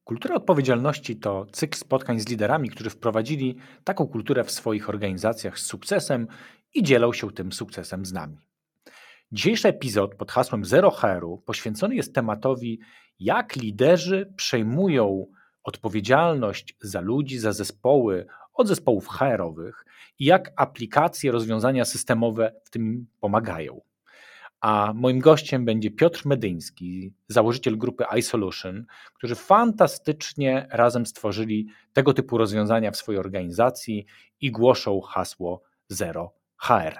Kultura odpowiedzialności to cykl spotkań z liderami, którzy wprowadzili taką kulturę w swoich organizacjach z sukcesem i dzielą się tym sukcesem z nami. Dzisiejszy epizod pod hasłem Zero HR-u poświęcony jest tematowi, jak liderzy przejmują odpowiedzialność za ludzi, za zespoły od zespołów HR-owych i jak aplikacje, rozwiązania systemowe w tym im pomagają. A moim gościem będzie Piotr Medyński, założyciel grupy iSolution, którzy fantastycznie razem stworzyli tego typu rozwiązania w swojej organizacji i głoszą hasło Zero HR.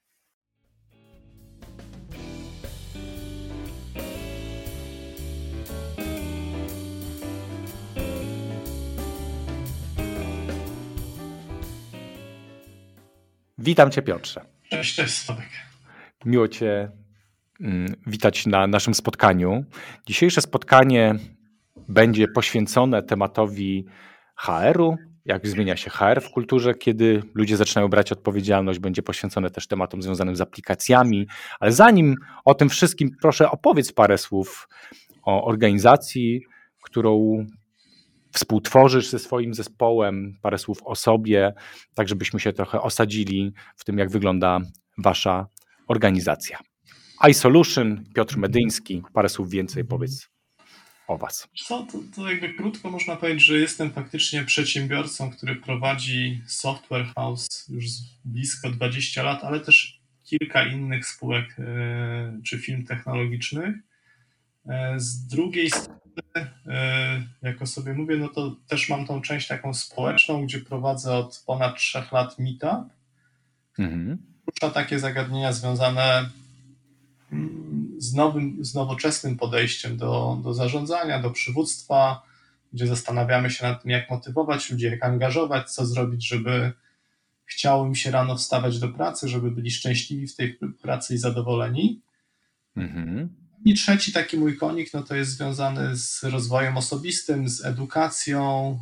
Witam Cię, Piotrze. Cześć, Sławek. Miło Cię witać na naszym spotkaniu. Dzisiejsze spotkanie będzie poświęcone tematowi HR-u, jak zmienia się HR w kulturze, kiedy ludzie zaczynają brać odpowiedzialność, będzie poświęcone też tematom związanym z aplikacjami, ale zanim o tym wszystkim, proszę opowiedz parę słów o organizacji, którą współtworzysz ze swoim zespołem, parę słów o sobie, tak żebyśmy się trochę osadzili w tym, jak wygląda wasza organizacja. iSolution, Piotr Medyński, parę słów więcej powiedz o was. To jakby krótko można powiedzieć, że jestem faktycznie przedsiębiorcą, który prowadzi software house już blisko 20 lat, ale też kilka innych spółek czy firm technologicznych. Z drugiej strony, jak o sobie mówię, no to też mam tą część taką społeczną, gdzie prowadzę od ponad 3 lat meetup. Porusza takie zagadnienia związane z nowoczesnym podejściem do zarządzania, do przywództwa, gdzie zastanawiamy się nad tym, jak motywować ludzi, jak angażować, co zrobić, żeby chciało im się rano wstawać do pracy, żeby byli szczęśliwi w tej pracy i zadowoleni. I trzeci taki mój konik, no to jest związany z rozwojem osobistym, z edukacją.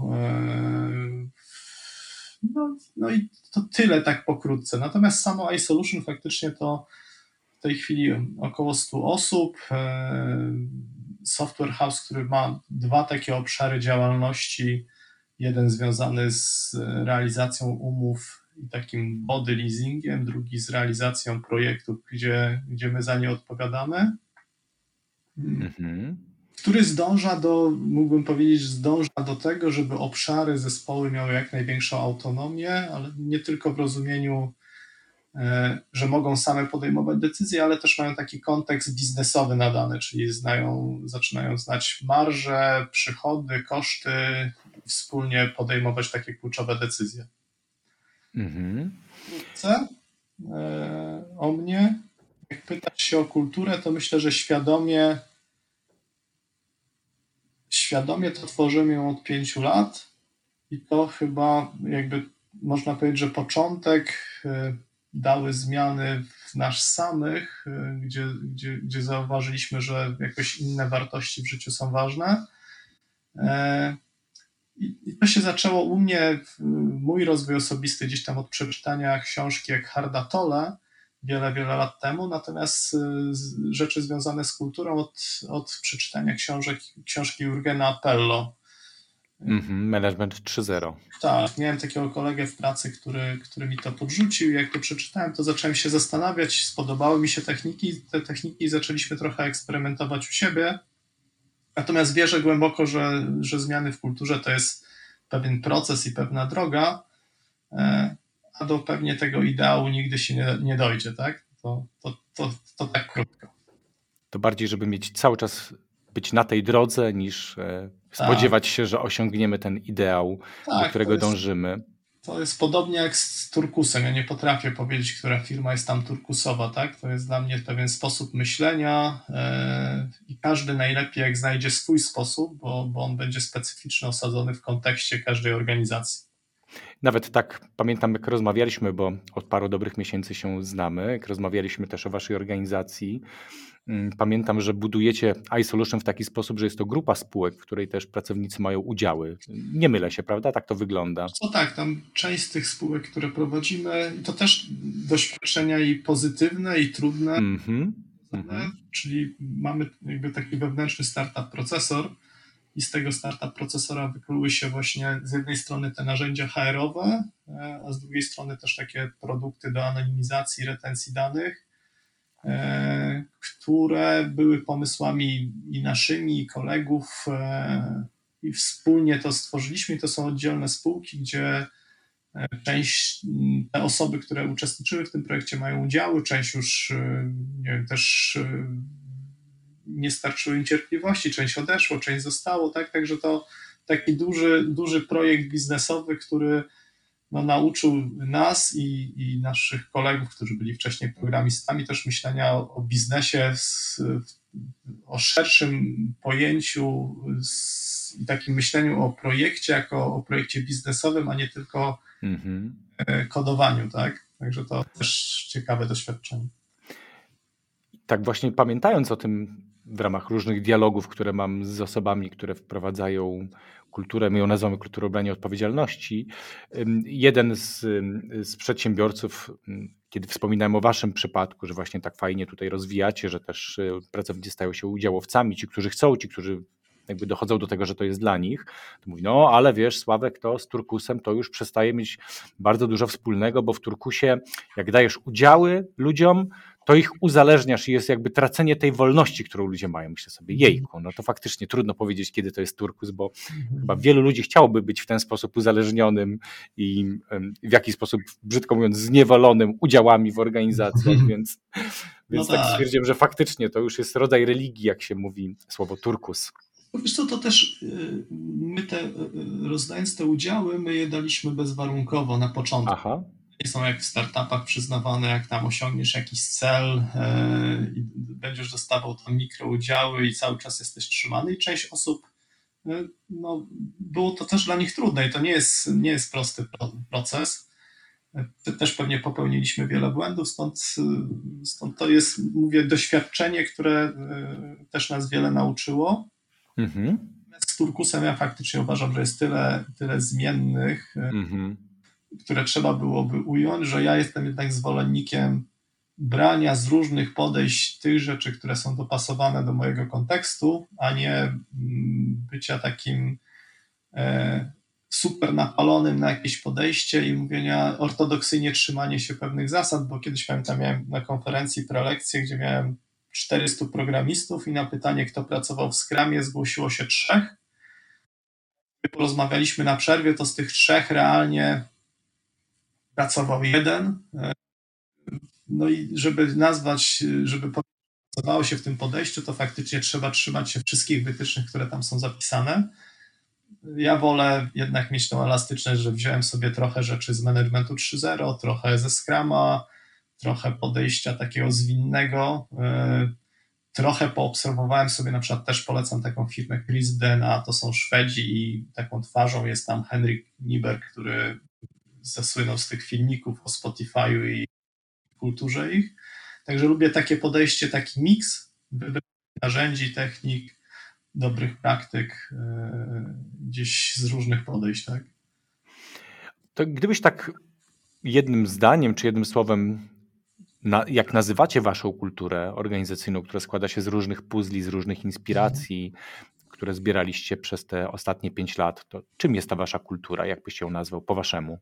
No i to tyle tak pokrótce. Natomiast samo iSolution faktycznie to w tej chwili około 100 osób. Software house, który ma 2 takie obszary działalności. Jeden związany z realizacją umów i takim body leasingiem, drugi z realizacją projektów, gdzie my za nie odpowiadamy. Który mógłbym powiedzieć, zdąża do tego, żeby obszary, zespoły miały jak największą autonomię, ale nie tylko w rozumieniu, że mogą same podejmować decyzje, ale też mają taki kontekst biznesowy nadany, czyli zaczynają znać marże, przychody, koszty i wspólnie podejmować takie kluczowe decyzje. Wkrótce o mnie, jak pytać się o kulturę, to myślę, że świadomie to tworzymy ją od 5 lat i to chyba jakby można powiedzieć, że początek dały zmiany w nas samych, gdzie zauważyliśmy, że jakoś inne wartości w życiu są ważne. I to się zaczęło u mnie, mój rozwój osobisty gdzieś tam od przeczytania książki Eckharta Tolle wiele lat temu, natomiast rzeczy związane z kulturą od przeczytania książki Jurgena Appello. Management 3.0. Tak, miałem takiego kolegę w pracy, który mi to podrzucił. Jak to przeczytałem, to zacząłem się zastanawiać, spodobały mi się te techniki i zaczęliśmy trochę eksperymentować u siebie. Natomiast wierzę głęboko, że zmiany w kulturze to jest pewien proces i pewna droga, a do pewnie tego ideału nigdy się nie dojdzie, tak? To tak krótko. To bardziej, żeby mieć cały czas być na tej drodze, niż spodziewać się, że osiągniemy ten ideał, do którego dążymy. To jest podobnie jak z turkusem. Ja nie potrafię powiedzieć, która firma jest tam turkusowa, tak? To jest dla mnie pewien sposób myślenia i każdy najlepiej jak znajdzie swój sposób, bo on będzie specyficzny, osadzony w kontekście każdej organizacji. Nawet tak pamiętam, jak rozmawialiśmy, bo od paru dobrych miesięcy się znamy, jak rozmawialiśmy też o waszej organizacji. Pamiętam, że budujecie iSolution w taki sposób, że jest to grupa spółek, w której też pracownicy mają udziały. Nie mylę się, prawda? Tak to wygląda. No tak, tam część z tych spółek, które prowadzimy, to też doświadczenia i pozytywne, i trudne. Czyli mamy jakby taki wewnętrzny startup procesor, i z tego startup procesora wykluły się właśnie z jednej strony te narzędzia HR-owe, a z drugiej strony też takie produkty do anonimizacji, retencji danych, które były pomysłami i naszymi, i kolegów, i wspólnie to stworzyliśmy. I to są oddzielne spółki, gdzie część, te osoby, które uczestniczyły w tym projekcie, mają udziały, część już, nie wiem, też nie starczyło im cierpliwości, część odeszło, część zostało, tak? Także to taki duży projekt biznesowy, który nauczył nas i naszych kolegów, którzy byli wcześniej programistami, też myślenia o biznesie, o szerszym pojęciu i takim myśleniu o projekcie jako o projekcie biznesowym, a nie tylko kodowaniu, tak? Także to też ciekawe doświadczenie. Tak właśnie pamiętając o tym w ramach różnych dialogów, które mam z osobami, które wprowadzają kulturę, my ją nazywamy kulturą brania odpowiedzialności. Jeden z przedsiębiorców, kiedy wspominałem o waszym przypadku, że właśnie tak fajnie tutaj rozwijacie, że też pracownicy stają się udziałowcami, ci, którzy chcą, ci, którzy jakby dochodzą do tego, że to jest dla nich, to mówi, no ale wiesz, Sławek, to z Turkusem to już przestaje mieć bardzo dużo wspólnego, bo w Turkusie jak dajesz udziały ludziom, to ich uzależniasz i jest jakby tracenie tej wolności, którą ludzie mają. Myślę sobie, jejku, no to faktycznie trudno powiedzieć, kiedy to jest Turkus, bo chyba wielu ludzi chciałoby być w ten sposób uzależnionym i w jakiś sposób, brzydko mówiąc, zniewolonym udziałami w organizacjach, więc tak stwierdziłem, że faktycznie to już jest rodzaj religii, jak się mówi słowo Turkus. Wiesz co, to też my rozdając te udziały, my je daliśmy bezwarunkowo na początku. Aha. Nie są jak w startupach przyznawane, jak tam osiągniesz jakiś cel i będziesz dostawał tam mikroudziały i cały czas jesteś trzymany i część osób, było to też dla nich trudne i to nie jest prosty proces. Też pewnie popełniliśmy wiele błędów, stąd to jest, mówię, doświadczenie, które też nas wiele nauczyło. Z Turkusem ja faktycznie uważam, że jest tyle zmiennych, które trzeba byłoby ująć, że ja jestem jednak zwolennikiem brania z różnych podejść tych rzeczy, które są dopasowane do mojego kontekstu, a nie bycia takim super napalonym na jakieś podejście i mówienia ortodoksyjnie trzymanie się pewnych zasad, bo kiedyś pamiętam, miałem na konferencji prelekcję, gdzie miałem 400 programistów i na pytanie, kto pracował w Scrumie, zgłosiło się 3. Porozmawialiśmy na przerwie, to z tych 3 realnie pracował 1. No i żeby pracowało się w tym podejściu, to faktycznie trzeba trzymać się wszystkich wytycznych, które tam są zapisane. Ja wolę jednak mieć tą elastyczność, że wziąłem sobie trochę rzeczy z managementu 3.0, trochę ze Scruma, trochę podejścia takiego zwinnego, trochę poobserwowałem sobie, na przykład też polecam taką firmę Chris DNA, to są Szwedzi i taką twarzą jest tam Henrik Nyberg, który zasłynął z tych filmików o Spotify'u i kulturze ich. Także lubię takie podejście, taki miks narzędzi, technik, dobrych praktyk, gdzieś z różnych podejść, tak? To gdybyś tak jednym zdaniem czy jednym słowem, jak nazywacie waszą kulturę organizacyjną, która składa się z różnych puzli, z różnych inspiracji, które zbieraliście przez te ostatnie 5 lat, to czym jest ta wasza kultura? Jak byś ją nazwał po waszemu?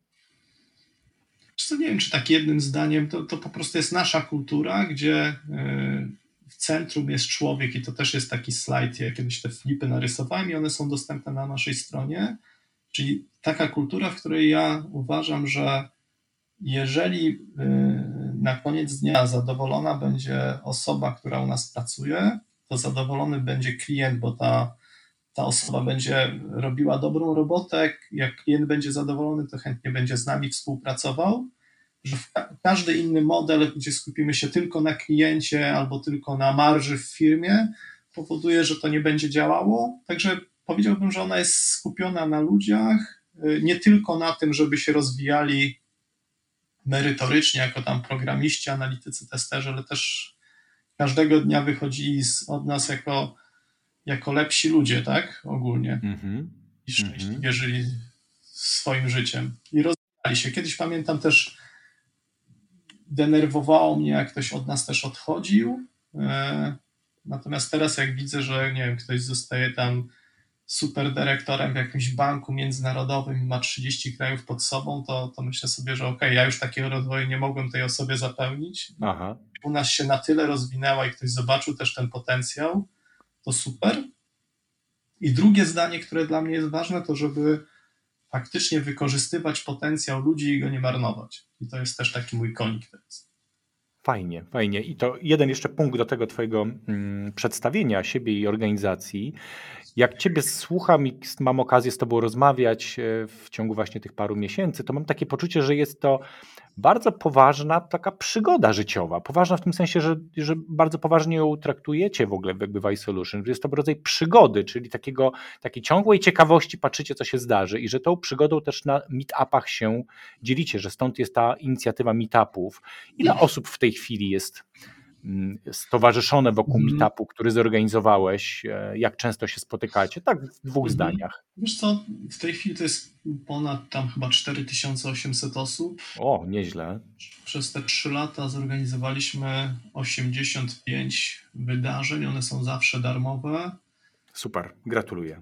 Nie wiem, czy tak jednym zdaniem, to po prostu jest nasza kultura, gdzie w centrum jest człowiek i to też jest taki slajd, ja kiedyś te flipy narysowałem i one są dostępne na naszej stronie, czyli taka kultura, w której ja uważam, że jeżeli na koniec dnia zadowolona będzie osoba, która u nas pracuje, to zadowolony będzie klient, bo ta osoba będzie robiła dobrą robotę, jak klient będzie zadowolony, to chętnie będzie z nami współpracował, że każdy inny model, gdzie skupimy się tylko na kliencie albo tylko na marży w firmie, powoduje, że to nie będzie działało. Także powiedziałbym, że ona jest skupiona na ludziach, nie tylko na tym, żeby się rozwijali merytorycznie jako tam programiści, analitycy, testerzy, ale też każdego dnia wychodzili od nas jako lepsi ludzie, tak? Ogólnie. I szczęśliwie żyli swoim życiem. I rozwijali się. Kiedyś pamiętam też, denerwowało mnie, jak ktoś od nas też odchodził. Natomiast teraz jak widzę, że nie wiem, ktoś zostaje tam super dyrektorem w jakimś banku międzynarodowym i ma 30 krajów pod sobą, to myślę sobie, że okej, ja już takiego rozwoju nie mogłem tej osobie zapełnić. Aha. U nas się na tyle rozwinęła i ktoś zobaczył też ten potencjał, to super. I drugie zdanie, które dla mnie jest ważne, to żeby faktycznie wykorzystywać potencjał ludzi i go nie marnować. I to jest też taki mój konik teraz. Fajnie, fajnie. I to jeden jeszcze punkt do tego twojego przedstawienia siebie i organizacji. Jak ciebie słucham i mam okazję z tobą rozmawiać w ciągu właśnie tych paru miesięcy, to mam takie poczucie, że jest to bardzo poważna taka przygoda życiowa. Poważna w tym sensie, że bardzo poważnie ją traktujecie w ogóle jakby w iSolution. Jest to rodzaj przygody, czyli takiej ciągłej ciekawości patrzycie, co się zdarzy i że tą przygodą też na meetupach się dzielicie, że stąd jest ta inicjatywa meetupów. Ile osób w tej chwili jest stowarzyszone wokół meetupu, który zorganizowałeś? Jak często się spotykacie? Tak w dwóch zdaniach. Wiesz co, w tej chwili to jest ponad tam chyba 4800 osób. O, nieźle. Przez te 3 lata zorganizowaliśmy 85 wydarzeń, one są zawsze darmowe. Super, gratuluję.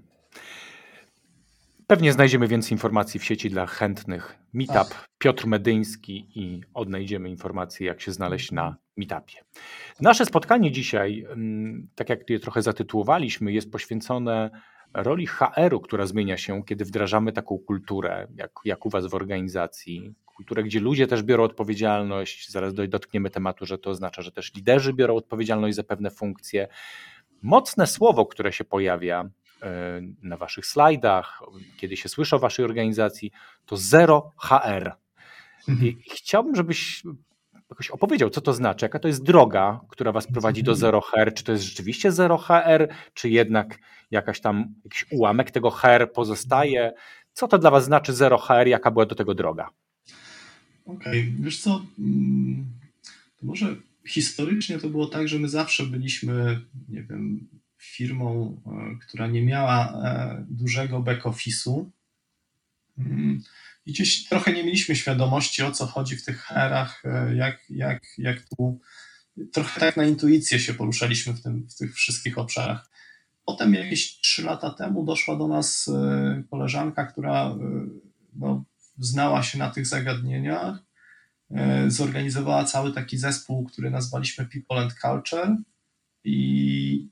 Pewnie znajdziemy więcej informacji w sieci dla chętnych. Meetup Piotr Medyński i odnajdziemy informacje, jak się znaleźć na meetupie. Nasze spotkanie dzisiaj, tak jak je trochę zatytułowaliśmy, jest poświęcone roli HR-u, która zmienia się, kiedy wdrażamy taką kulturę, jak u was w organizacji. Kulturę, gdzie ludzie też biorą odpowiedzialność. Zaraz dotkniemy tematu, że to oznacza, że też liderzy biorą odpowiedzialność za pewne funkcje. Mocne słowo, które się pojawia na waszych slajdach, kiedy się słyszy o waszej organizacji, to zero HR. I chciałbym, żebyś jakoś opowiedział, co to znaczy, jaka to jest droga, która was prowadzi do zero HR, czy to jest rzeczywiście zero HR, czy jednak jakiś ułamek tego HR pozostaje. Co to dla was znaczy zero HR, jaka była do tego droga? Okej, wiesz co, to może historycznie to było tak, że my zawsze byliśmy, nie wiem, firmą, która nie miała dużego back-office'u i gdzieś trochę nie mieliśmy świadomości, o co chodzi w tych HR-ach, jak tu trochę tak na intuicję się poruszaliśmy w tych wszystkich obszarach. Potem jakieś 3 lata temu doszła do nas koleżanka, która znała się na tych zagadnieniach, zorganizowała cały taki zespół, który nazwaliśmy People and Culture i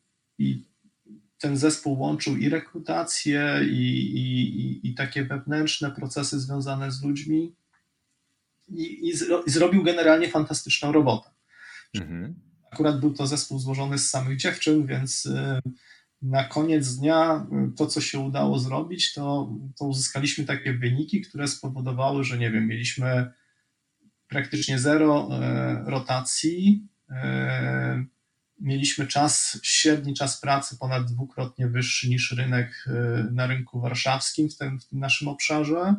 ten zespół łączył i rekrutację, i takie wewnętrzne procesy związane z ludźmi i zrobił generalnie fantastyczną robotę. Akurat był to zespół złożony z samych dziewczyn, więc na koniec dnia to, co się udało zrobić, to uzyskaliśmy takie wyniki, które spowodowały, że nie wiem, mieliśmy praktycznie zero rotacji, mieliśmy średni czas pracy ponad 2-krotnie wyższy niż rynek na rynku warszawskim w tym naszym obszarze.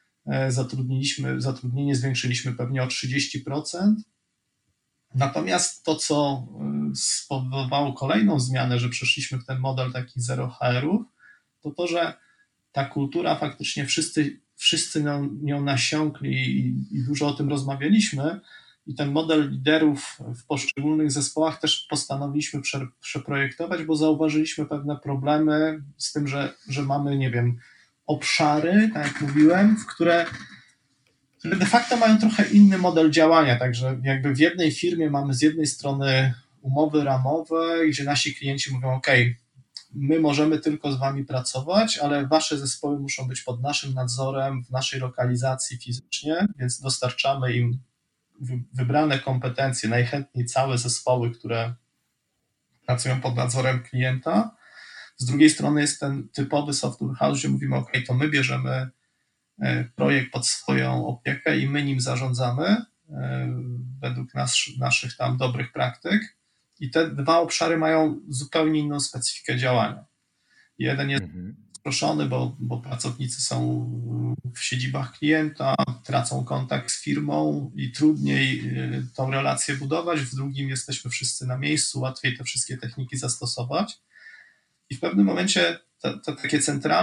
Zatrudnienie zwiększyliśmy pewnie o 30%. Natomiast to, co spowodowało kolejną zmianę, że przeszliśmy w ten model takich zero HR-ów, to, że ta kultura faktycznie wszyscy nią nasiąkli i dużo o tym rozmawialiśmy i ten model liderów w poszczególnych zespołach też postanowiliśmy przeprojektować, bo zauważyliśmy pewne problemy z tym, że mamy, nie wiem, obszary, tak jak mówiłem, które de facto mają trochę inny model działania, także jakby w jednej firmie mamy z jednej strony umowy ramowe, gdzie nasi klienci mówią, OK, my możemy tylko z wami pracować, ale wasze zespoły muszą być pod naszym nadzorem, w naszej lokalizacji fizycznie, więc dostarczamy im wybrane kompetencje, najchętniej całe zespoły, które pracują pod nadzorem klienta. Z drugiej strony jest ten typowy software house, gdzie mówimy, OK, to my bierzemy projekt pod swoją opiekę i my nim zarządzamy według naszych tam dobrych praktyk. I te dwa obszary mają zupełnie inną specyfikę działania. Jeden jest sproszony, bo pracownicy są w siedzibach klienta, tracą kontakt z firmą i trudniej tą relację budować. W drugim jesteśmy wszyscy na miejscu, łatwiej te wszystkie techniki zastosować. I w pewnym momencie to takie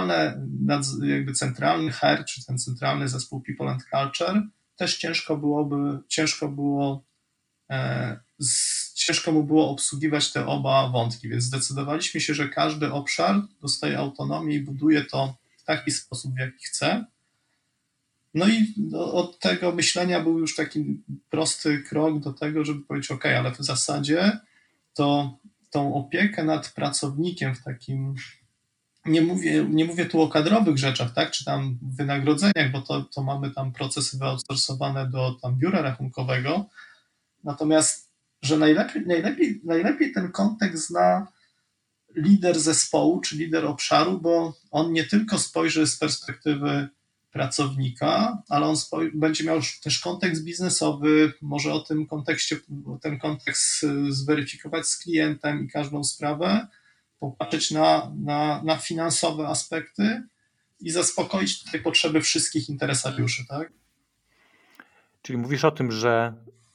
centralny HR, czy ten centralny zespół People and Culture też ciężko było ciężko mu było obsługiwać te oba wątki, więc zdecydowaliśmy się, że każdy obszar dostaje autonomię i buduje to w taki sposób, w jaki chce. No i od tego myślenia był już taki prosty krok do tego, żeby powiedzieć, OK, ale w zasadzie to tą opiekę nad pracownikiem w takim, nie mówię tu o kadrowych rzeczach, tak, czy tam wynagrodzeniach, bo to mamy tam procesy wyoutsourcowane do tam biura rachunkowego, natomiast, że najlepiej ten kontekst zna lider zespołu, czy lider obszaru, bo on nie tylko spojrzy z perspektywy pracownika, ale on będzie miał też kontekst biznesowy, może o tym kontekście, ten kontekst zweryfikować z klientem i każdą sprawę, popatrzeć na finansowe aspekty i zaspokoić tutaj potrzeby wszystkich interesariuszy, tak? Czyli mówisz o tym, że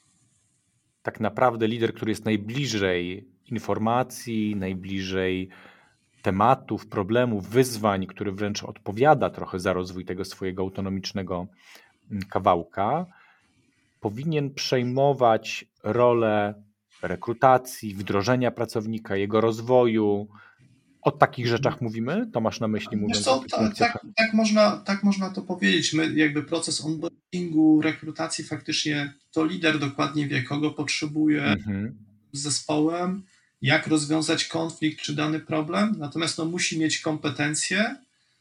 tak naprawdę lider, który jest najbliżej informacji, najbliżej tematów, problemów, wyzwań, który wręcz odpowiada trochę za rozwój tego swojego autonomicznego kawałka, powinien przejmować rolę rekrutacji, wdrożenia pracownika, jego rozwoju. O takich rzeczach mówimy? To masz na myśli, mówiąc o tych funkcjach? Tak można to powiedzieć. My jakby proces onboardingu, rekrutacji faktycznie to lider dokładnie wie, kogo potrzebuje z zespołem, jak rozwiązać konflikt czy dany problem, natomiast musi mieć kompetencje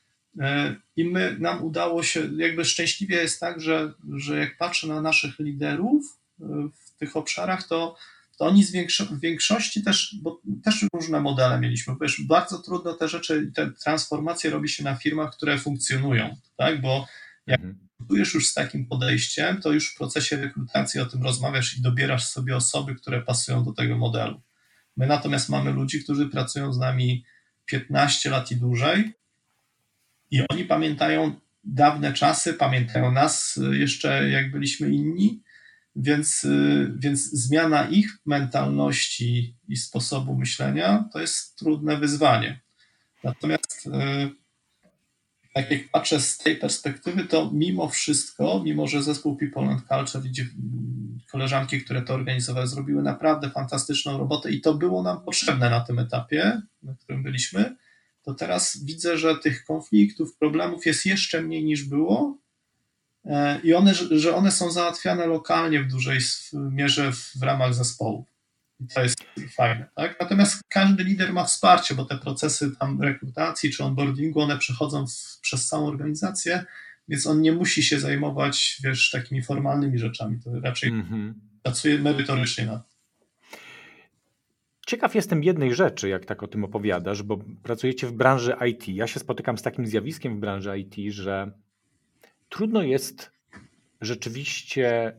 i nam udało się, jakby szczęśliwie jest tak, że jak patrzę na naszych liderów w tych obszarach, to oni w większości też, bo też różne modele mieliśmy, bo wiesz, bardzo trudno te rzeczy, te transformacje robi się na firmach, które funkcjonują, tak, bo jak pracujesz już z takim podejściem, to już w procesie rekrutacji o tym rozmawiasz i dobierasz sobie osoby, które pasują do tego modelu. My natomiast mamy ludzi, którzy pracują z nami 15 lat i dłużej i oni pamiętają dawne czasy, pamiętają nas jeszcze jak byliśmy inni, więc zmiana ich mentalności i sposobu myślenia to jest trudne wyzwanie. Natomiast tak jak patrzę z tej perspektywy, to mimo wszystko, mimo że zespół People and Culture i koleżanki, które to organizowały, zrobiły naprawdę fantastyczną robotę i to było nam potrzebne na tym etapie, na którym byliśmy, to teraz widzę, że tych konfliktów, problemów jest jeszcze mniej niż było i że one są załatwiane lokalnie w dużej mierze w ramach zespołu. I to jest fajne, tak? Natomiast każdy lider ma wsparcie, bo te procesy tam rekrutacji czy onboardingu, one przechodzą przez całą organizację, więc on nie musi się zajmować, wiesz, takimi formalnymi rzeczami. To raczej pracuje merytorycznie nad tym. Ciekaw jestem jednej rzeczy, jak tak o tym opowiadasz, bo pracujecie w branży IT. Ja się spotykam z takim zjawiskiem w branży IT, że trudno jest rzeczywiście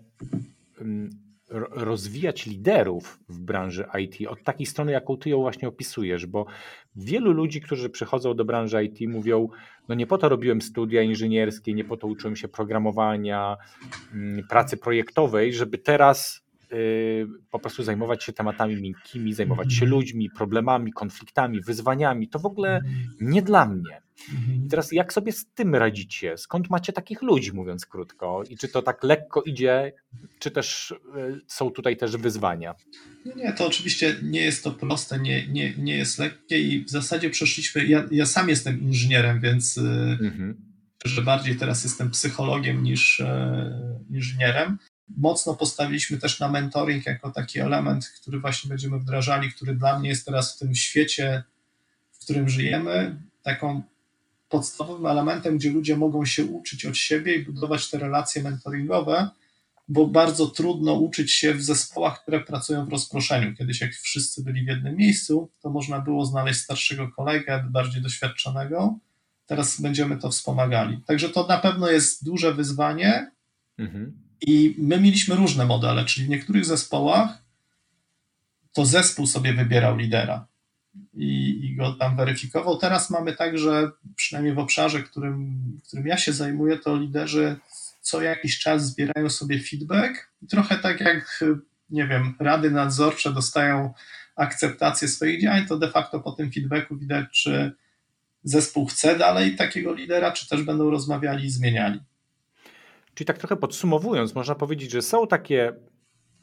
rozwijać liderów w branży IT od takiej strony, jaką ty ją właśnie opisujesz, bo wielu ludzi, którzy przychodzą do branży IT, mówią, no nie po to robiłem studia inżynierskie, nie po to uczyłem się programowania, pracy projektowej, żeby teraz po prostu zajmować się tematami miękkimi, zajmować się ludźmi, problemami, konfliktami, wyzwaniami. To w ogóle nie dla mnie. I teraz jak sobie z tym radzicie? Skąd macie takich ludzi, mówiąc krótko? I czy to tak lekko idzie, czy też są tutaj też wyzwania? Nie, to oczywiście nie jest to proste, nie jest lekkie i w zasadzie przeszliśmy, ja sam jestem inżynierem, więc że bardziej teraz jestem psychologiem niż inżynierem. Mocno postawiliśmy też na mentoring jako taki element, który właśnie będziemy wdrażali, który dla mnie jest teraz w tym świecie, w którym żyjemy, taką podstawowym elementem, gdzie ludzie mogą się uczyć od siebie i budować te relacje mentoringowe, bo bardzo trudno uczyć się w zespołach, które pracują w rozproszeniu. Kiedyś jak wszyscy byli w jednym miejscu, to można było znaleźć starszego kolegę, bardziej doświadczonego. Teraz będziemy to wspomagali. Także to na pewno jest duże wyzwanie i my mieliśmy różne modele, czyli w niektórych zespołach to zespół sobie wybierał lidera i go tam weryfikował. Teraz mamy tak, że przynajmniej w obszarze, którym ja się zajmuję, to liderzy co jakiś czas zbierają sobie feedback. Trochę tak jak, nie wiem, rady nadzorcze dostają akceptację swoich działań, to de facto po tym feedbacku widać, czy zespół chce dalej takiego lidera, czy też będą rozmawiali i zmieniali. Czyli tak trochę podsumowując, można powiedzieć, że są takie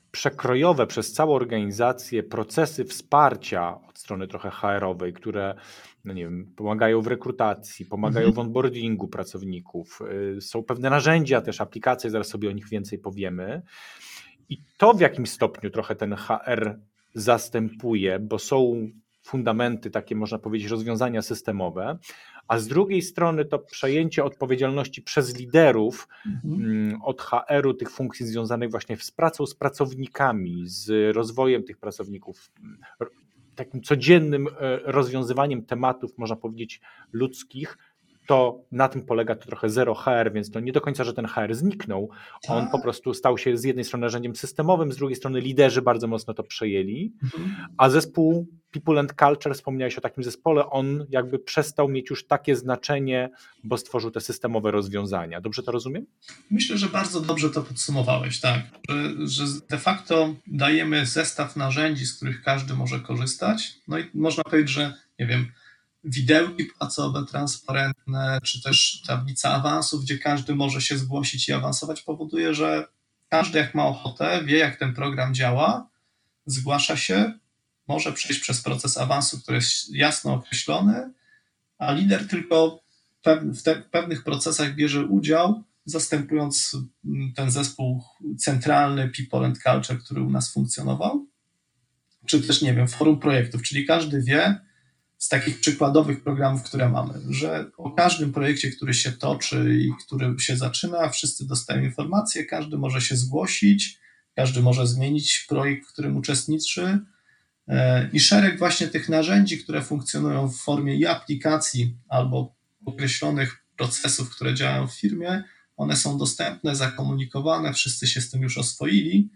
przekrojowe przez całą organizację procesy wsparcia od strony trochę HR-owej, które no nie wiem, pomagają w rekrutacji, pomagają w onboardingu pracowników. Są pewne narzędzia, też aplikacje, zaraz sobie o nich więcej powiemy. I to w jakim stopniu trochę ten HR zastępuje, bo są fundamenty, takie można powiedzieć, rozwiązania systemowe, a z drugiej strony to przejęcie odpowiedzialności przez liderów od HR-u tych funkcji związanych właśnie z pracą z pracownikami, z rozwojem tych pracowników, takim codziennym rozwiązywaniem tematów, można powiedzieć, ludzkich, to na tym polega to trochę zero HR, więc to nie do końca, że ten HR zniknął. On po prostu stał się z jednej strony narzędziem systemowym, z drugiej strony liderzy bardzo mocno to przejęli, a zespół People and Culture, wspomniałeś o takim zespole, on jakby przestał mieć już takie znaczenie, bo stworzył te systemowe rozwiązania. Dobrze to rozumiem? Myślę, że bardzo dobrze to podsumowałeś, tak. Że de facto dajemy zestaw narzędzi, z których każdy może korzystać. No i można powiedzieć, że nie wiem, widełki płacowe, transparentne, czy też tablica awansów, gdzie każdy może się zgłosić i awansować, powoduje, że każdy jak ma ochotę, wie jak ten program działa, zgłasza się, może przejść przez proces awansu, który jest jasno określony, a lider tylko w pewnych procesach bierze udział, zastępując ten zespół centralny People and Culture, który u nas funkcjonował, czy też, nie wiem, forum projektów, czyli każdy wie z takich przykładowych programów, które mamy, że o każdym projekcie, który się toczy i który się zaczyna, wszyscy dostają informacje, każdy może się zgłosić, każdy może zmienić projekt, w którym uczestniczy i szereg właśnie tych narzędzi, które funkcjonują w formie i aplikacji albo określonych procesów, które działają w firmie, one są dostępne, zakomunikowane, wszyscy się z tym już oswoili,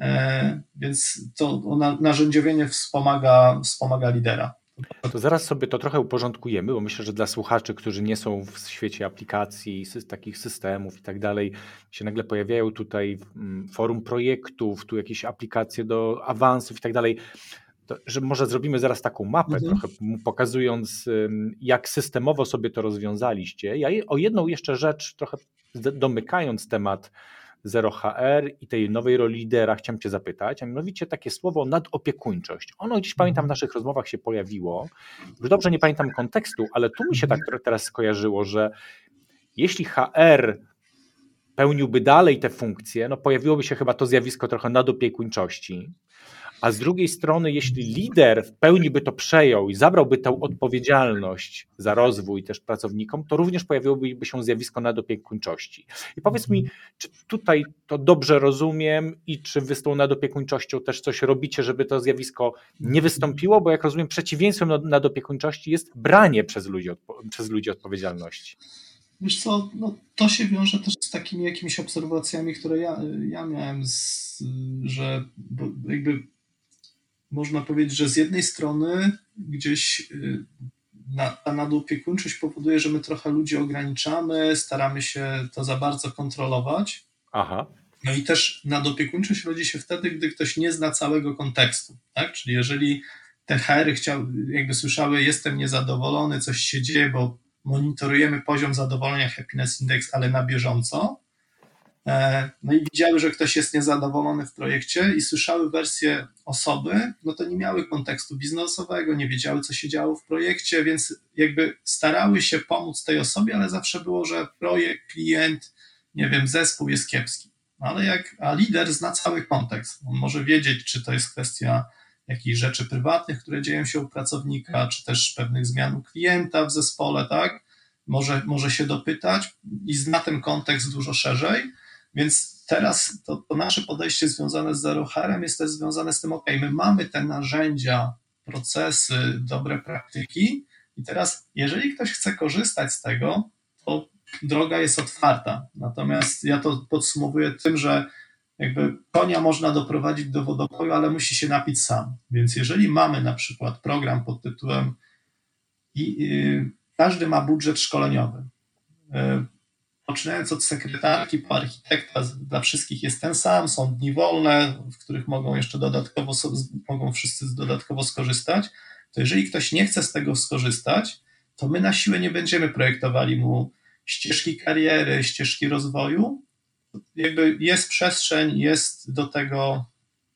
więc to narzędziowienie wspomaga lidera. To zaraz sobie to trochę uporządkujemy, bo myślę, że dla słuchaczy, którzy nie są w świecie aplikacji, takich systemów i tak dalej, się nagle pojawiają tutaj forum projektów, tu jakieś aplikacje do awansów i tak dalej, to, że może zrobimy zaraz taką mapę, trochę pokazując, jak systemowo sobie to rozwiązaliście. Ja o jedną jeszcze rzecz, trochę domykając temat Zero HR i tej nowej roli lidera, chciałem Cię zapytać, a mianowicie takie słowo nadopiekuńczość. Ono gdzieś, pamiętam, w naszych rozmowach się pojawiło. Już dobrze nie pamiętam kontekstu, ale tu mi się tak teraz skojarzyło, że jeśli HR pełniłby dalej te funkcje, no pojawiłoby się chyba to zjawisko trochę nadopiekuńczości. A z drugiej strony, jeśli lider w pełni by to przejął i zabrałby tę odpowiedzialność za rozwój też pracownikom, to również pojawiłoby się zjawisko nadopiekuńczości. I powiedz mi, czy tutaj to dobrze rozumiem i czy wy z tą nadopiekuńczością też coś robicie, żeby to zjawisko nie wystąpiło? Bo jak rozumiem, przeciwieństwem nadopiekuńczości jest branie przez ludzi odpowiedzialności. Wiesz co, no to się wiąże też z takimi jakimiś obserwacjami, które ja miałem, że jakby można powiedzieć, że z jednej strony gdzieś ta nadopiekuńczość powoduje, że my trochę ludzi ograniczamy, staramy się to za bardzo kontrolować. Aha. No i też nadopiekuńczość rodzi się wtedy, gdy ktoś nie zna całego kontekstu, tak? Czyli jeżeli te HR-y jakby słyszały, jestem niezadowolony, coś się dzieje, bo monitorujemy poziom zadowolenia Happiness Index, ale na bieżąco, no i widziały, że ktoś jest niezadowolony w projekcie i słyszały wersję osoby, no to nie miały kontekstu biznesowego, nie wiedziały, co się działo w projekcie, więc jakby starały się pomóc tej osobie, ale zawsze było, że projekt, klient, nie wiem, zespół jest kiepski. A lider zna cały kontekst. On może wiedzieć, czy to jest kwestia jakichś rzeczy prywatnych, które dzieją się u pracownika, czy też pewnych zmian u klienta w zespole, tak? Może się dopytać i zna ten kontekst dużo szerzej. Więc teraz to nasze podejście związane z Zero HR-em jest też związane z tym, my mamy te narzędzia, procesy, dobre praktyki i teraz jeżeli ktoś chce korzystać z tego, to droga jest otwarta. Natomiast ja to podsumowuję tym, że jakby konia można doprowadzić do wodopoju, ale musi się napić sam. Więc jeżeli mamy na przykład program pod tytułem każdy ma budżet szkoleniowy, poczynając od sekretarki po architekta, dla wszystkich jest ten sam, są dni wolne, w których mogą wszyscy dodatkowo skorzystać, to jeżeli ktoś nie chce z tego skorzystać, to my na siłę nie będziemy projektowali mu ścieżki kariery, ścieżki rozwoju. Jakby jest przestrzeń, jest do tego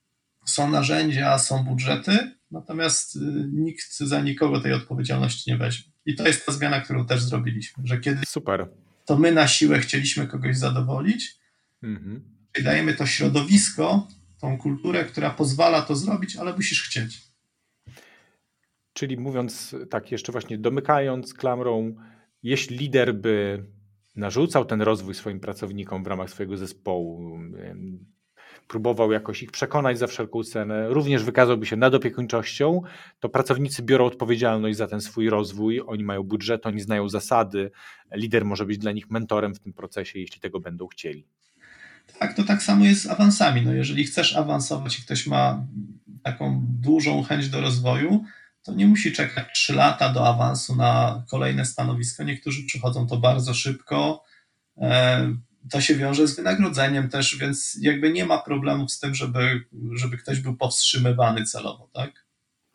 Są narzędzia, są budżety, natomiast nikt za nikogo tej odpowiedzialności nie weźmie. I to jest ta zmiana, którą też zrobiliśmy, że kiedy Super. to my na siłę chcieliśmy kogoś zadowolić, dajemy to środowisko, tą kulturę, która pozwala to zrobić, ale musisz chcieć. Czyli mówiąc tak, jeszcze właśnie domykając klamrą, jeśli lider by narzucał ten rozwój swoim pracownikom w ramach swojego zespołu, próbował jakoś ich przekonać za wszelką cenę, również wykazałby się nadopiekuńczością, to pracownicy biorą odpowiedzialność za ten swój rozwój, oni mają budżet, oni znają zasady, lider może być dla nich mentorem w tym procesie, jeśli tego będą chcieli. Tak, to tak samo jest z awansami. No jeżeli chcesz awansować i ktoś ma taką dużą chęć do rozwoju, to nie musi czekać 3 lata do awansu na kolejne stanowisko. Niektórzy przychodzą to bardzo szybko. To się wiąże z wynagrodzeniem też, więc jakby nie ma problemów z tym, żeby ktoś był powstrzymywany celowo, tak?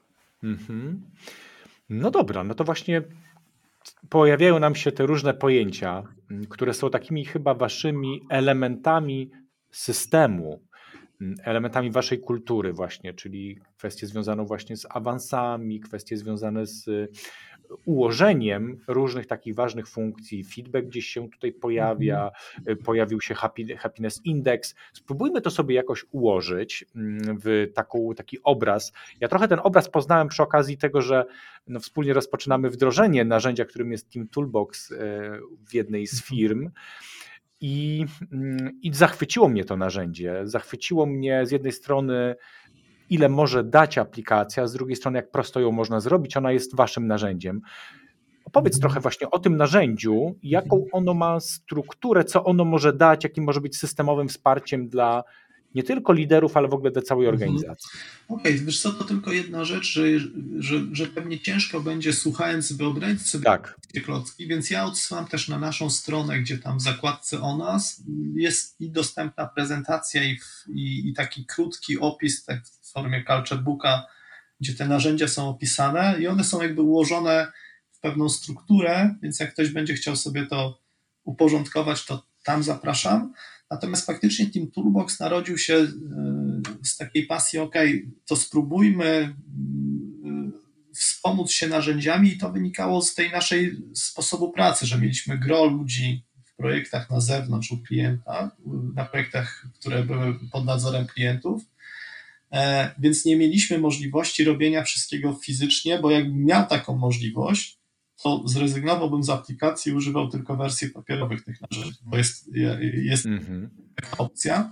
No dobra, no to właśnie pojawiają nam się te różne pojęcia, które są takimi chyba waszymi elementami systemu, elementami waszej kultury właśnie, czyli kwestie związane właśnie z awansami, kwestie związane z ułożeniem różnych takich ważnych funkcji. Feedback gdzieś się tutaj pojawia, pojawił się happiness index. Spróbujmy to sobie jakoś ułożyć w taki obraz. Ja trochę ten obraz poznałem przy okazji tego, że wspólnie rozpoczynamy wdrożenie narzędzia, którym jest Team Toolbox w jednej z firm. I zachwyciło mnie to narzędzie. Zachwyciło mnie z jednej strony, ile może dać aplikacja, z drugiej strony, jak prosto ją można zrobić. Ona jest waszym narzędziem. Opowiedz trochę właśnie o tym narzędziu, jaką ono ma strukturę, co ono może dać, jakim może być systemowym wsparciem dla nie tylko liderów, ale w ogóle dla całej organizacji. Okej, wiesz co, to tylko jedna rzecz, że pewnie ciężko będzie, słuchając, wyobrazić sobie te klocki, więc ja odsyłam też na naszą stronę, gdzie tam w zakładce o nas jest i dostępna prezentacja i taki krótki opis tak w formie culture booka, gdzie te narzędzia są opisane i one są jakby ułożone w pewną strukturę, więc jak ktoś będzie chciał sobie to uporządkować, to tam zapraszam. Natomiast faktycznie Team Toolbox narodził się z takiej pasji, to spróbujmy wspomóc się narzędziami i to wynikało z tej naszej sposobu pracy, że mieliśmy gro ludzi w projektach na zewnątrz u klienta, na projektach, które były pod nadzorem klientów, więc nie mieliśmy możliwości robienia wszystkiego fizycznie, bo jakbym miał taką możliwość, to zrezygnowałbym z aplikacji i używał tylko wersji papierowych tych narzędzi, bo jest taka opcja.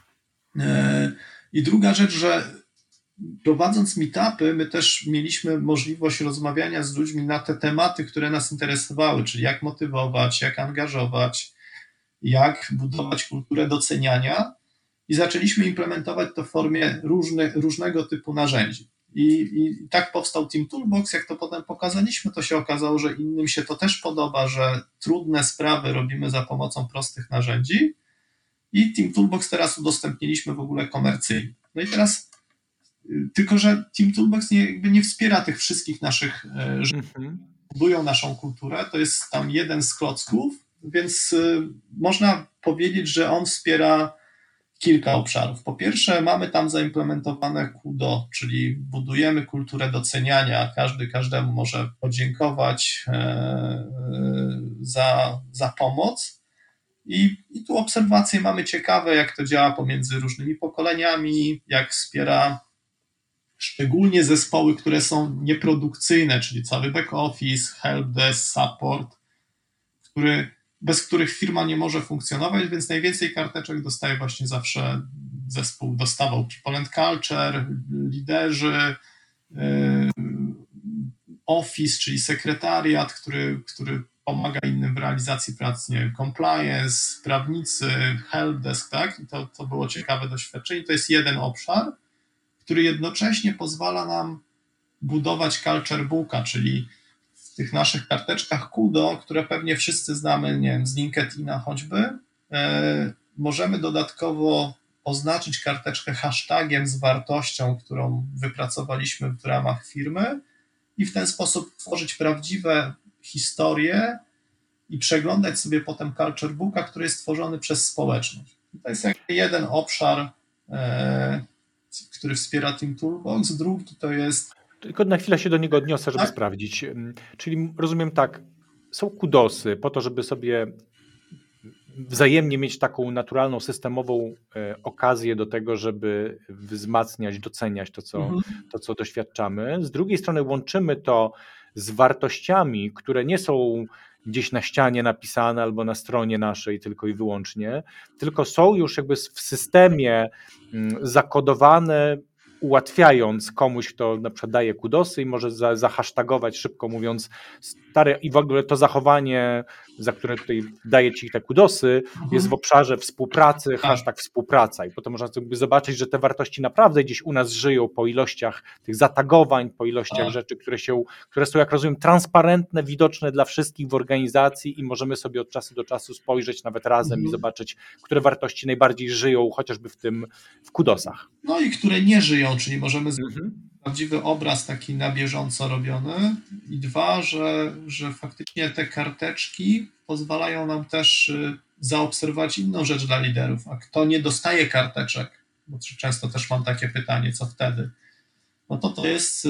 I druga rzecz, że prowadząc meetupy, my też mieliśmy możliwość rozmawiania z ludźmi na te tematy, które nas interesowały, czyli jak motywować, jak angażować, jak budować kulturę doceniania i zaczęliśmy implementować to w formie różnego typu narzędzi. I tak powstał Team Toolbox. Jak to potem pokazaliśmy, to się okazało, że innym się to też podoba, że trudne sprawy robimy za pomocą prostych narzędzi i Team Toolbox teraz udostępniliśmy w ogóle komercyjnie. No i teraz tylko, że Team Toolbox nie wspiera tych wszystkich naszych budują naszą kulturę, to jest tam jeden z klocków, więc można powiedzieć, że on wspiera kilka obszarów. Po pierwsze, mamy tam zaimplementowane Kudo, czyli budujemy kulturę doceniania. Każdy każdemu może podziękować za pomoc. I tu obserwacje mamy ciekawe, jak to działa pomiędzy różnymi pokoleniami, jak wspiera szczególnie zespoły, które są nieprodukcyjne, czyli cały back office, helpdesk, support, bez których firma nie może funkcjonować, więc najwięcej karteczek dostaje właśnie zawsze zespół dostawał People Culture, liderzy, office, czyli sekretariat, który pomaga innym w realizacji pracy, nie wiem, compliance, prawnicy, helpdesk, tak? I to było ciekawe doświadczenie. To jest jeden obszar, który jednocześnie pozwala nam budować culture booka, czyli w tych naszych karteczkach Kudo, które pewnie wszyscy znamy, nie wiem, z LinkedIna choćby, możemy dodatkowo oznaczyć karteczkę hashtagiem z wartością, którą wypracowaliśmy w ramach firmy i w ten sposób tworzyć prawdziwe historie i przeglądać sobie potem culture booka, który jest tworzony przez społeczność. I to jest jakby jeden obszar który wspiera Team Toolbox, drugi to jest... Tylko na chwilę się do niego odniosę, żeby Tak? sprawdzić. Czyli rozumiem tak, są kudosy po to, żeby sobie wzajemnie mieć taką naturalną, systemową okazję do tego, żeby wzmacniać, doceniać to, co doświadczamy. Z drugiej strony łączymy to z wartościami, które nie są gdzieś na ścianie napisane albo na stronie naszej tylko i wyłącznie, tylko są już jakby w systemie zakodowane, ułatwiając komuś, kto na przykład daje kudosy i może zahasztagować, szybko mówiąc, stare i w ogóle to zachowanie, za które tutaj daje ci te kudosy, jest w obszarze współpracy, hashtag współpraca i potem można sobie zobaczyć, że te wartości naprawdę gdzieś u nas żyją po ilościach tych zatagowań, po ilościach rzeczy, które są, jak rozumiem, transparentne, widoczne dla wszystkich w organizacji i możemy sobie od czasu do czasu spojrzeć nawet razem i zobaczyć, które wartości najbardziej żyją, chociażby w kudosach. No i które nie żyją, czyli możemy prawdziwy obraz taki na bieżąco robiony i dwa, że faktycznie te karteczki pozwalają nam też zaobserwować inną rzecz dla liderów, a kto nie dostaje karteczek, bo często też mam takie pytanie, co wtedy? No to jest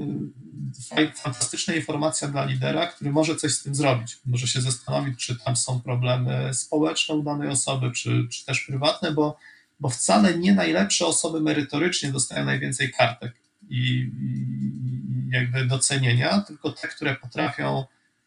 fantastyczna informacja dla lidera, który może coś z tym zrobić. Może się zastanowić, czy tam są problemy społeczne u danej osoby, czy też prywatne, bo wcale nie najlepsze osoby merytorycznie dostają najwięcej kartek i jakby docenienia, tylko te, które potrafią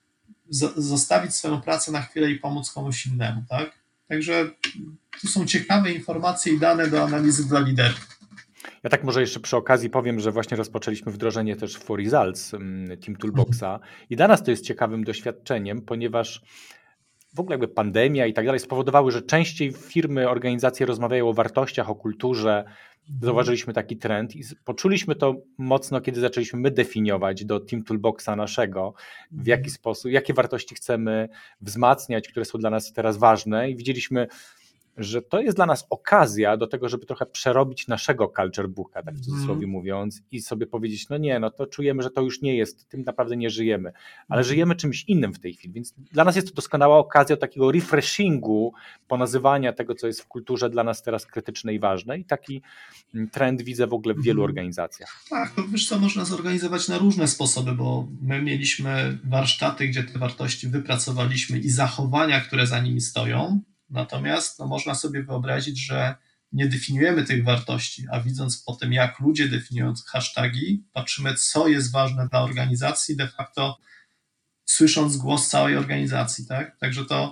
zostawić swoją pracę na chwilę i pomóc komuś innemu, tak? Także tu są ciekawe informacje i dane do analizy dla liderów. Ja tak może jeszcze przy okazji powiem, że właśnie rozpoczęliśmy wdrożenie też For Results Team Toolboxa i dla nas to jest ciekawym doświadczeniem, ponieważ w ogóle jakby pandemia i tak dalej spowodowały, że częściej firmy, organizacje rozmawiają o wartościach, o kulturze. Zauważyliśmy taki trend i poczuliśmy to mocno, kiedy zaczęliśmy my definiować do Team Toolboxa naszego, w jaki sposób, jakie wartości chcemy wzmacniać, które są dla nas teraz ważne i widzieliśmy, że to jest dla nas okazja do tego, żeby trochę przerobić naszego culture booka, tak w cudzysłowie mówiąc, i sobie powiedzieć, no nie, no to czujemy, że to już nie jest, tym naprawdę nie żyjemy, ale żyjemy czymś innym w tej chwili, więc dla nas jest to doskonała okazja takiego refreshingu, ponazywania tego, co jest w kulturze dla nas teraz krytyczne i ważne i taki trend widzę w ogóle w wielu organizacjach. Tak, to wiesz co, można zorganizować na różne sposoby, bo my mieliśmy warsztaty, gdzie te wartości wypracowaliśmy i zachowania, które za nimi stoją. Natomiast można sobie wyobrazić, że nie definiujemy tych wartości, a widząc po tym, jak ludzie definiują hasztagi, patrzymy, co jest ważne dla organizacji, de facto słysząc głos całej organizacji. Tak? Także to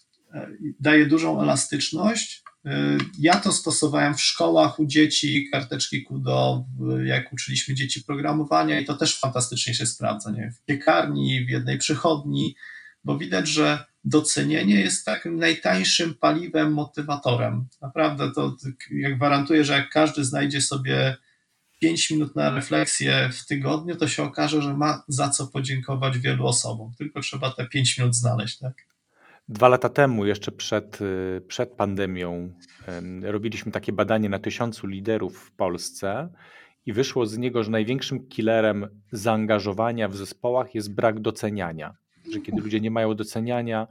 daje dużą elastyczność. Ja to stosowałem w szkołach u dzieci, karteczki Kudo, jak uczyliśmy dzieci programowania i to też fantastycznie się sprawdza. Nie? W piekarni, w jednej przychodni, bo widać, że docenienie jest takim najtańszym paliwem, motywatorem. Naprawdę to jak gwarantuję, że jak każdy znajdzie sobie 5 minut na refleksję w tygodniu, to się okaże, że ma za co podziękować wielu osobom. Tylko trzeba te 5 minut znaleźć. Tak? 2 lata temu, jeszcze przed pandemią, robiliśmy takie badanie na 1000 liderów w Polsce i wyszło z niego, że największym killerem zaangażowania w zespołach jest brak doceniania. Że kiedy ludzie nie mają doceniania,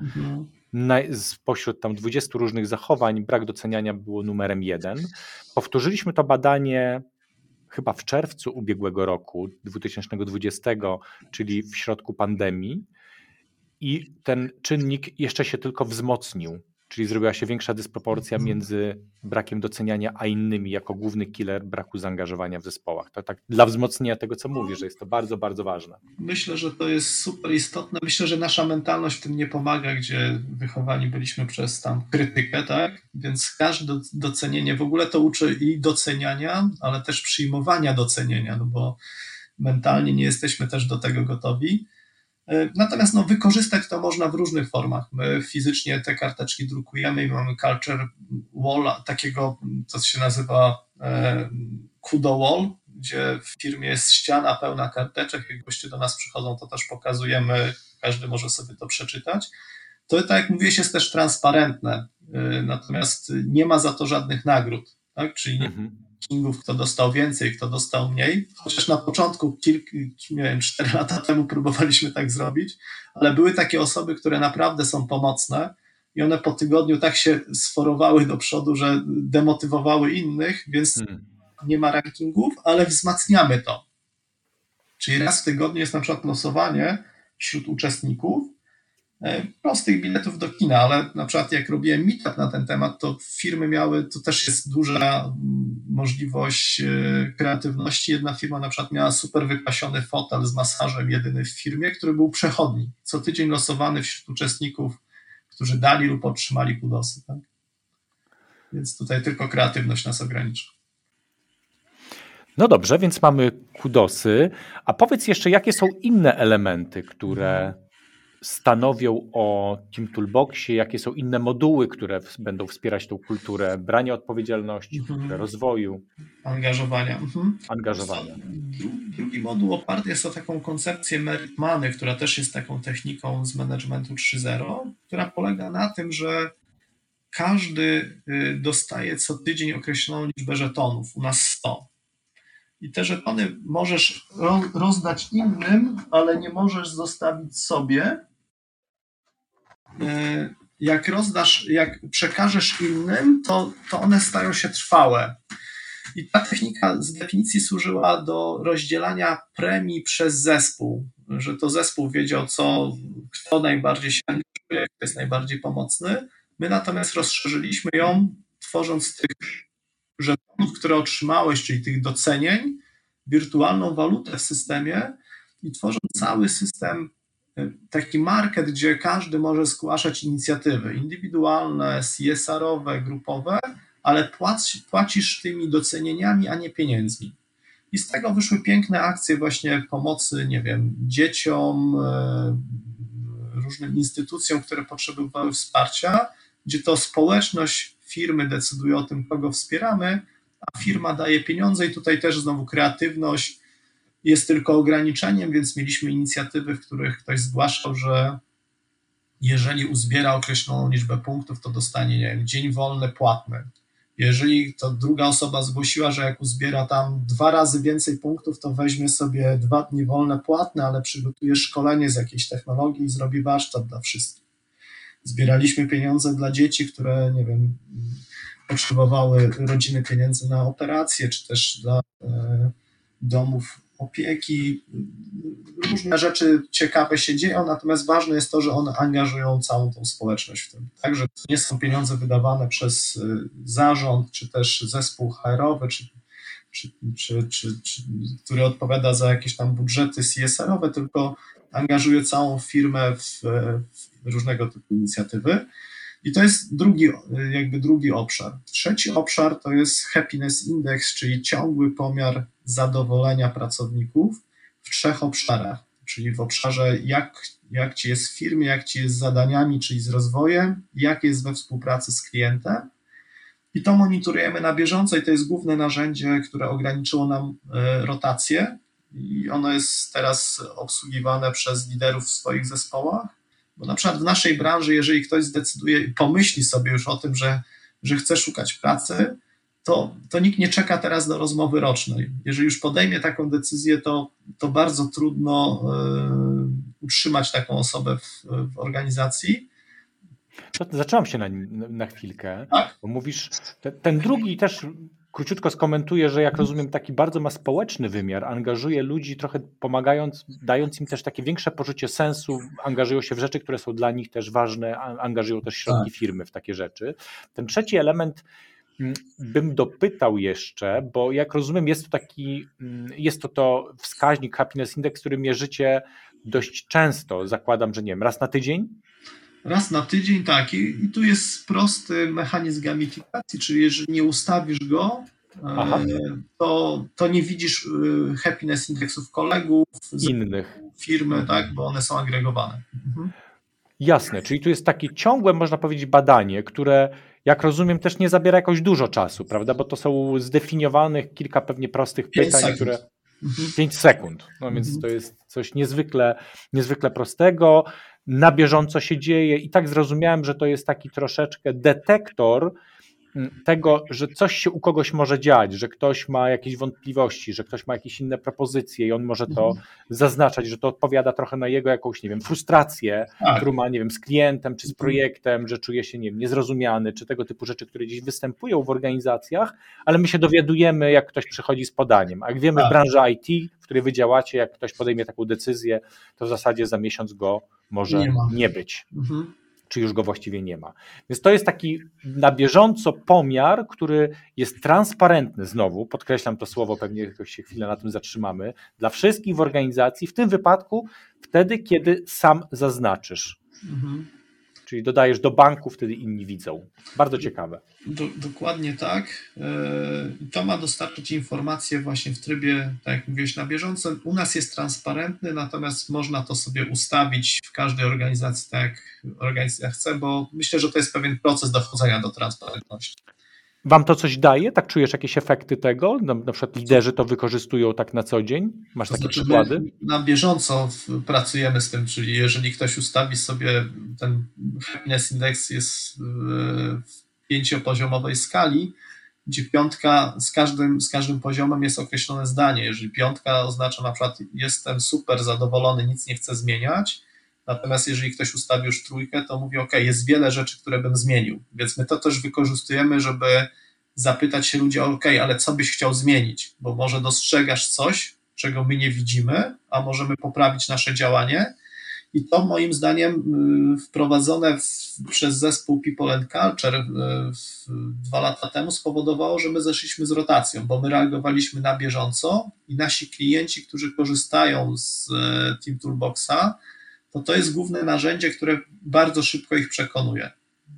spośród tam 20 różnych zachowań, brak doceniania było numerem 1. Powtórzyliśmy to badanie chyba w czerwcu ubiegłego roku, 2020, czyli w środku pandemii i ten czynnik jeszcze się tylko wzmocnił. Czyli zrobiła się większa dysproporcja między brakiem doceniania, a innymi jako główny killer braku zaangażowania w zespołach. To tak dla wzmocnienia tego, co mówisz, że jest to bardzo, bardzo ważne. Myślę, że to jest super istotne. Myślę, że nasza mentalność w tym nie pomaga, gdzie wychowani byliśmy przez tam krytykę, tak? Więc każde docenienie, w ogóle to uczy i doceniania, ale też przyjmowania docenienia, no bo mentalnie nie jesteśmy też do tego gotowi. Natomiast wykorzystać to można w różnych formach. My fizycznie te karteczki drukujemy i mamy culture wall, takiego, co się nazywa Kudo Wall, gdzie w firmie jest ściana pełna karteczek. Jak goście do nas przychodzą, to też pokazujemy, każdy może sobie to przeczytać. To, tak jak mówiłeś, jest też transparentne, natomiast nie ma za to żadnych nagród, tak? Czyli nie rankingów, kto dostał więcej, kto dostał mniej. Chociaż na początku, 4 lata temu próbowaliśmy tak zrobić, ale były takie osoby, które naprawdę są pomocne i one po tygodniu tak się sforowały do przodu, że demotywowały innych, więc nie ma rankingów, ale wzmacniamy to. Czyli raz w tygodniu jest na przykład losowanie wśród uczestników prostych biletów do kina, ale na przykład jak robiłem meetup na ten temat, to firmy miały, to też jest duża możliwość kreatywności. Jedna firma na przykład miała super wypasiony fotel z masażem, jedyny w firmie, który był przechodni. Co tydzień losowany wśród uczestników, którzy dali lub otrzymali kudosy. Tak? Więc tutaj tylko kreatywność nas ogranicza. No dobrze, więc mamy kudosy. A powiedz jeszcze, jakie są inne elementy, które stanowią o Team Toolboxie, jakie są inne moduły, które będą wspierać tą kulturę brania odpowiedzialności, kulturę rozwoju, angażowania. angażowania. Drugi moduł oparty jest o taką koncepcję Merit Money, która też jest taką techniką z managementu 3.0, która polega na tym, że każdy dostaje co tydzień określoną liczbę żetonów, u nas 100. I te żetony możesz rozdać innym, ale nie możesz zostawić sobie. Jak przekażesz innym, to one stają się trwałe. I ta technika z definicji służyła do rozdzielania premii przez zespół, że to zespół wiedział, kto najbardziej się angażuje, kto jest najbardziej pomocny. My natomiast rozszerzyliśmy ją, tworząc z tych żetonów, które otrzymałeś, czyli tych docenień, wirtualną walutę w systemie i tworząc cały system, taki market, gdzie każdy może zgłaszać inicjatywy indywidualne, CSR-owe, grupowe, ale płacisz tymi docenieniami, a nie pieniędzmi. I z tego wyszły piękne akcje właśnie pomocy, nie wiem, dzieciom, różnym instytucjom, które potrzebowały wsparcia, gdzie to społeczność firmy decyduje o tym, kogo wspieramy, a firma daje pieniądze i tutaj też znowu kreatywność jest tylko ograniczeniem, więc mieliśmy inicjatywy, w których ktoś zgłaszał, że jeżeli uzbiera określoną liczbę punktów, to dostanie, nie wiem, dzień wolny płatny. Jeżeli to druga osoba zgłosiła, że jak uzbiera tam 2 razy więcej punktów, to weźmie sobie 2 dni wolne płatne, ale przygotuje szkolenie z jakiejś technologii i zrobi warsztat dla wszystkich. Zbieraliśmy pieniądze dla dzieci, które, nie wiem, potrzebowały rodziny pieniędzy na operacje, czy też dla domów opieki. Różne rzeczy ciekawe się dzieją, natomiast ważne jest to, że one angażują całą tą społeczność w tym. Także to nie są pieniądze wydawane przez zarząd, czy też zespół HR-owy, który odpowiada za jakieś tam budżety CSR-owe, tylko angażuje całą firmę w różnego typu inicjatywy. I to jest drugi obszar. Trzeci obszar to jest Happiness Index, czyli ciągły pomiar zadowolenia pracowników w 3 obszarach, czyli w obszarze jak ci jest w firmie, jak ci jest z zadaniami, czyli z rozwojem, jak jest we współpracy z klientem. I to monitorujemy na bieżąco i to jest główne narzędzie, które ograniczyło nam rotację i ono jest teraz obsługiwane przez liderów w swoich zespołach. Bo na przykład w naszej branży, jeżeli ktoś zdecyduje i pomyśli sobie już o tym, że chce szukać pracy, to nikt nie czeka teraz do rozmowy rocznej. Jeżeli już podejmie taką decyzję, to bardzo trudno utrzymać taką osobę w organizacji. Zatrzymam się na chwilkę, tak? Bo mówisz, ten drugi też króciutko skomentuję, że jak rozumiem taki bardzo ma społeczny wymiar, angażuje ludzi trochę pomagając, dając im też takie większe poczucie sensu, angażują się w rzeczy, które są dla nich też ważne, angażują też środki firmy w takie rzeczy. Ten trzeci element bym dopytał jeszcze, bo jak rozumiem jest to wskaźnik Happiness Index, który mierzycie dość często, zakładam, że nie wiem, raz na tydzień? Raz na tydzień, tak. I tu jest prosty mechanizm gamifikacji, czyli jeżeli nie ustawisz go, to nie widzisz happiness indeksów kolegów, innych firmy, tak, bo one są agregowane. Jasne, czyli tu jest takie ciągłe, można powiedzieć, badanie, które, jak rozumiem, też nie zabiera jakoś dużo czasu, prawda? Bo to są zdefiniowanych kilka pewnie prostych pytań, które 5 sekund. No więc to jest coś niezwykle prostego. Na bieżąco się dzieje i tak zrozumiałem, że to jest taki troszeczkę detektor tego, że coś się u kogoś może dziać, że ktoś ma jakieś wątpliwości, że ktoś ma jakieś inne propozycje i on może to zaznaczać, że to odpowiada trochę na jego jakąś, nie wiem, frustrację, którą ma, nie wiem, z klientem czy z projektem, że czuje się, nie wiem, niezrozumiany, czy tego typu rzeczy, które gdzieś występują w organizacjach, ale my się dowiadujemy, jak ktoś przychodzi z podaniem. A jak wiemy w branży IT, w której wy działacie, jak ktoś podejmie taką decyzję, to w zasadzie za miesiąc go może nie być. Czy już go właściwie nie ma. Więc to jest taki na bieżąco pomiar, który jest transparentny znowu, podkreślam to słowo, pewnie się chwilę na tym zatrzymamy, dla wszystkich w organizacji, w tym wypadku wtedy, kiedy sam zaznaczysz. Czyli dodajesz do banku, wtedy inni widzą. Bardzo ciekawe. Dokładnie tak. To ma dostarczyć informacje właśnie w trybie, tak jak mówiłeś, na bieżąco. U nas jest transparentny, natomiast można to sobie ustawić w każdej organizacji, tak jak organizacja chce, bo myślę, że to jest pewien proces dochodzenia do transparentności. Wam to coś daje? Tak czujesz jakieś efekty tego? Na przykład liderzy to wykorzystują tak na co dzień? Masz takie przykłady? Na bieżąco pracujemy z tym, czyli jeżeli ktoś ustawi sobie ten happiness index jest w 5-poziomowej skali, gdzie 5 z każdym poziomem jest określone zdanie. Jeżeli 5 oznacza na przykład jestem super zadowolony, nic nie chcę zmieniać, natomiast jeżeli ktoś ustawi już 3, to mówi ok, jest wiele rzeczy, które bym zmienił. Więc my to też wykorzystujemy, żeby zapytać się ludzi, ok, ale co byś chciał zmienić? Bo może dostrzegasz coś, czego my nie widzimy, a możemy poprawić nasze działanie. I to moim zdaniem wprowadzone przez zespół People and Culture 2 lata temu spowodowało, że my zeszliśmy z rotacją, bo my reagowaliśmy na bieżąco i nasi klienci, którzy korzystają z Team Toolboxa, to jest główne narzędzie, które bardzo szybko ich przekonuje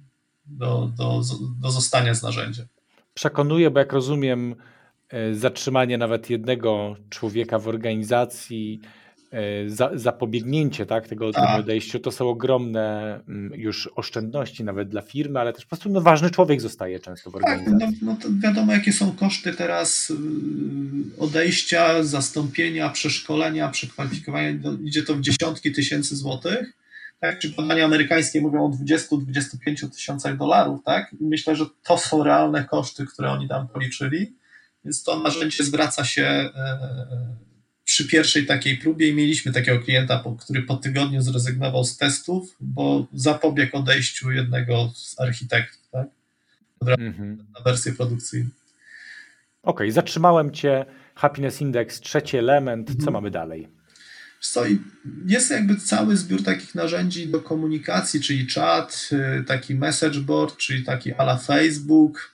do zostania z narzędziem. Przekonuje, bo jak rozumiem, zatrzymanie nawet jednego człowieka w organizacji, zapobiegnięcie tego odejściu, to są ogromne już oszczędności nawet dla firmy, ale też po prostu ważny człowiek zostaje często w organizacji. No to wiadomo, jakie są koszty teraz odejścia, zastąpienia, przeszkolenia, przekwalifikowania, idzie to w dziesiątki tysięcy złotych. Tak, czy badania amerykańskie mówią o 20-25 tysiącach dolarów, tak? I myślę, że to są realne koszty, które oni tam policzyli, więc to narzędzie zwraca się przy pierwszej takiej próbie i mieliśmy takiego klienta, który po tygodniu zrezygnował z testów, bo zapobiegł odejściu jednego z architektów, tak? Na wersję produkcyjną. Okej, zatrzymałem Cię. Happiness Index, 3 element. Co mamy dalej? Jest jakby cały zbiór takich narzędzi do komunikacji, czyli czat, taki message board, czyli taki a la Facebook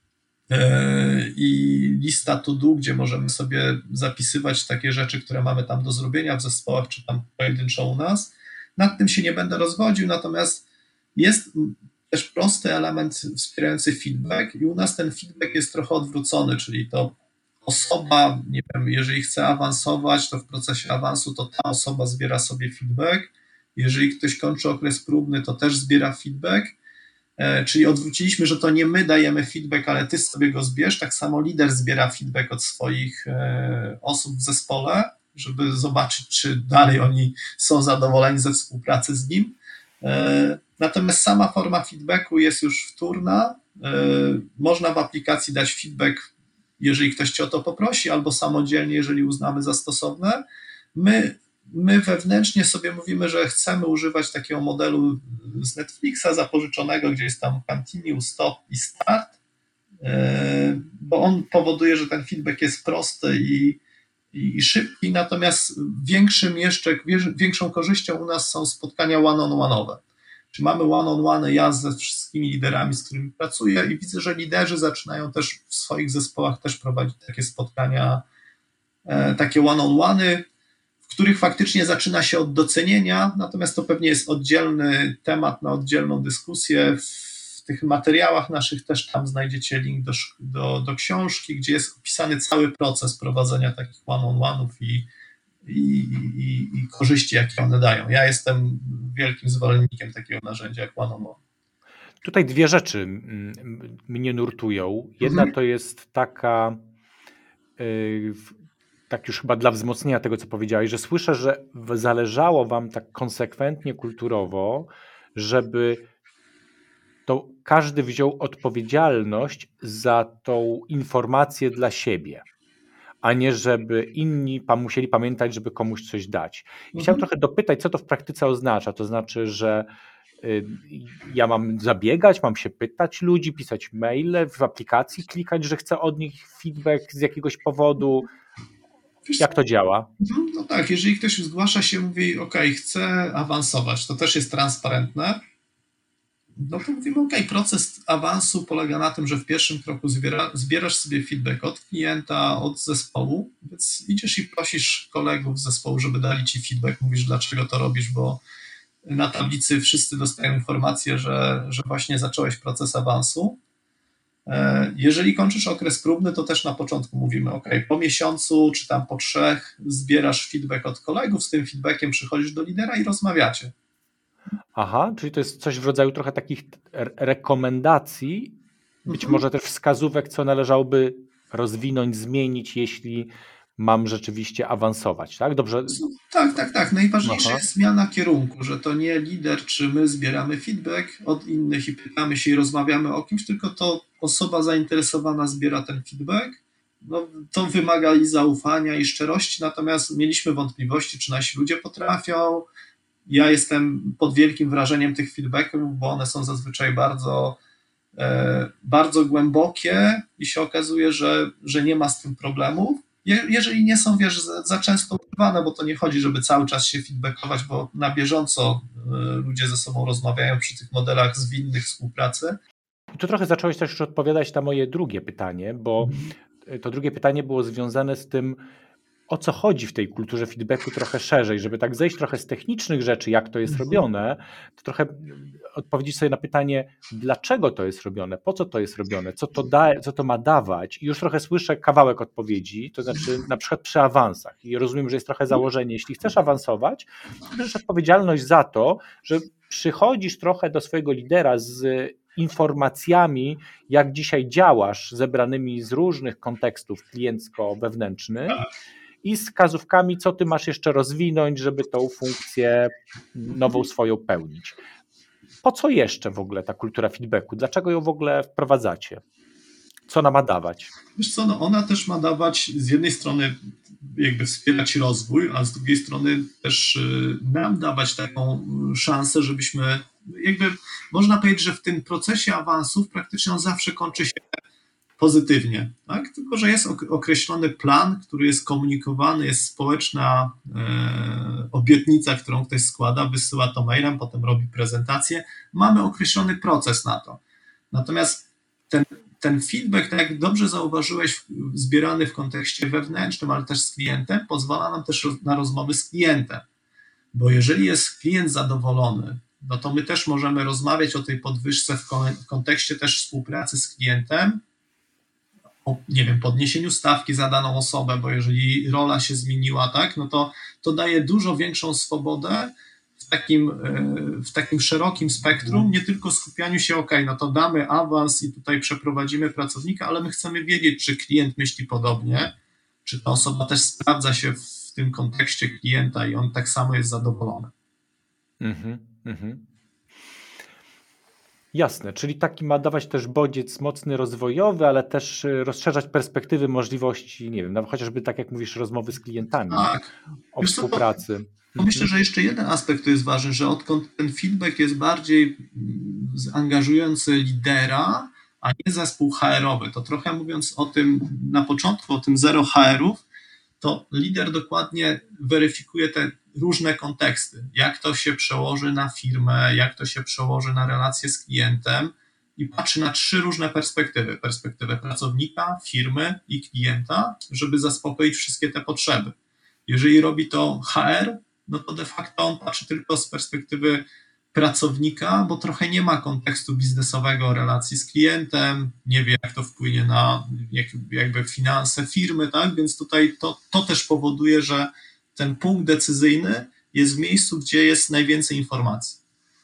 i lista to do, gdzie możemy sobie zapisywać takie rzeczy, które mamy tam do zrobienia w zespołach, czy tam pojedynczo u nas. Nad tym się nie będę rozwodził, natomiast jest też prosty element wspierający feedback i u nas ten feedback jest trochę odwrócony, czyli to osoba, nie wiem, jeżeli chce awansować, to w procesie awansu to ta osoba zbiera sobie feedback. Jeżeli ktoś kończy okres próbny, to też zbiera feedback. Czyli odwróciliśmy, że to nie my dajemy feedback, ale ty sobie go zbierz. Tak samo lider zbiera feedback od swoich osób w zespole, żeby zobaczyć, czy dalej oni są zadowoleni ze współpracy z nim. Natomiast sama forma feedbacku jest już wtórna. Można w aplikacji dać feedback, jeżeli ktoś cię o to poprosi, albo samodzielnie, jeżeli uznamy za stosowne. My wewnętrznie sobie mówimy, że chcemy używać takiego modelu z Netflixa zapożyczonego, gdzie jest tam continue, stop i start, bo on powoduje, że ten feedback jest prosty i szybki, natomiast większą korzyścią u nas są spotkania one-on-one'owe. Czy mamy one-on-one, ja ze wszystkimi liderami, z którymi pracuję i widzę, że liderzy zaczynają też w swoich zespołach też prowadzić takie spotkania, takie one-on-one, w których faktycznie zaczyna się od docenienia, natomiast to pewnie jest oddzielny temat na oddzielną dyskusję. W tych materiałach naszych też tam znajdziecie link do książki, gdzie jest opisany cały proces prowadzenia takich one-on-one'ów i korzyści, jakie one dają. Ja jestem wielkim zwolennikiem takiego narzędzia jak one-on-one. Tutaj 2 rzeczy mnie nurtują. Jedna to jest taka, tak już chyba dla wzmocnienia tego, co powiedziałeś, że słyszę, że zależało wam tak konsekwentnie, kulturowo, żeby to każdy wziął odpowiedzialność za tą informację dla siebie, a nie żeby inni musieli pamiętać, żeby komuś coś dać. I chciałem trochę dopytać, co to w praktyce oznacza. To znaczy, że ja mam zabiegać, mam się pytać ludzi, pisać maile, w aplikacji klikać, że chcę od nich feedback z jakiegoś powodu. Jak to działa? No tak, jeżeli ktoś zgłasza się, mówi, OK, chcę awansować, to też jest transparentne, no to mówimy, OK, proces awansu polega na tym, że w pierwszym kroku zbierasz sobie feedback od klienta, od zespołu, więc idziesz i prosisz kolegów z zespołu, żeby dali ci feedback, mówisz, dlaczego to robisz, bo na tablicy wszyscy dostają informację, że właśnie zacząłeś proces awansu. Jeżeli kończysz okres próbny, to też na początku mówimy, OK, po miesiącu czy tam po 3 zbierasz feedback od kolegów, z tym feedbackiem przychodzisz do lidera i rozmawiacie. Aha, czyli to jest coś w rodzaju trochę takich rekomendacji, być może też wskazówek, co należałoby rozwinąć, zmienić, jeśli mam rzeczywiście awansować, tak? Dobrze? Tak. Najważniejsza jest zmiana kierunku, że to nie lider czy my zbieramy feedback od innych i pytamy się i rozmawiamy o kimś, tylko to osoba zainteresowana zbiera ten feedback. No, to wymaga i zaufania, i szczerości, natomiast mieliśmy wątpliwości, czy nasi ludzie potrafią. Ja jestem pod wielkim wrażeniem tych feedbacków, bo one są zazwyczaj bardzo głębokie i się okazuje, że nie ma z tym problemów. Jeżeli nie są, za często używane, bo to nie chodzi, żeby cały czas się feedbackować, bo na bieżąco ludzie ze sobą rozmawiają przy tych modelach zwinnych współpracy. Tu trochę zacząłeś też już odpowiadać na moje drugie pytanie, bo to drugie pytanie było związane z tym, o co chodzi w tej kulturze feedbacku trochę szerzej, żeby tak zejść trochę z technicznych rzeczy, jak to jest robione, to trochę odpowiedzieć sobie na pytanie, dlaczego to jest robione, po co to jest robione, co to ma dawać. I już trochę słyszę kawałek odpowiedzi, to znaczy na przykład przy awansach. I rozumiem, że jest trochę założenie, jeśli chcesz awansować, to bierzesz odpowiedzialność za to, że przychodzisz trochę do swojego lidera z informacjami, jak dzisiaj działasz, zebranymi z różnych kontekstów kliencko-wewnętrznych, i z wskazówkami, co ty masz jeszcze rozwinąć, żeby tą funkcję nową swoją pełnić. Po co jeszcze w ogóle ta kultura feedbacku? Dlaczego ją w ogóle wprowadzacie? Co ona ma dawać? Wiesz co, no ona też ma dawać z jednej strony jakby wspierać rozwój, a z drugiej strony też nam dawać taką szansę, żebyśmy jakby, można powiedzieć, że w tym procesie awansów praktycznie on zawsze kończy się pozytywnie, tak? Tylko że jest określony plan, który jest komunikowany, jest społeczna obietnica, którą ktoś składa, wysyła to mailem, potem robi prezentację. Mamy określony proces na to. Natomiast ten feedback, tak jak dobrze zauważyłeś, zbierany w kontekście wewnętrznym, ale też z klientem, pozwala nam też na rozmowy z klientem. Bo jeżeli jest klient zadowolony, no to my też możemy rozmawiać o tej podwyżce w kontekście też współpracy z klientem, o, nie wiem, podniesieniu stawki za daną osobę, bo jeżeli rola się zmieniła, tak, no to daje dużo większą swobodę w takim szerokim spektrum, nie tylko skupianiu się, OK, no to damy awans i tutaj przeprowadzimy pracownika, ale my chcemy wiedzieć, czy klient myśli podobnie, czy ta osoba też sprawdza się w tym kontekście klienta i on tak samo jest zadowolony. Jasne, czyli taki ma dawać też bodziec mocny rozwojowy, ale też rozszerzać perspektywy możliwości, nie wiem, nawet chociażby tak jak mówisz, rozmowy z klientami, o współpracy. Myślę, że jeszcze jeden aspekt tu jest ważny, że odkąd ten feedback jest bardziej angażujący lidera, a nie zespół HR-owy, to trochę mówiąc o tym na początku, o tym zero HR-ów, to lider dokładnie weryfikuje te różne konteksty, jak to się przełoży na firmę, jak to się przełoży na relacje z klientem i patrzy na 3 różne perspektywy. Perspektywę pracownika, firmy i klienta, żeby zaspokoić wszystkie te potrzeby. Jeżeli robi to HR, no to de facto on patrzy tylko z perspektywy pracownika, bo trochę nie ma kontekstu biznesowego relacji z klientem, nie wie, jak to wpłynie na jakby finanse firmy, tak? Więc tutaj to też powoduje, że ten punkt decyzyjny jest w miejscu, gdzie jest najwięcej informacji.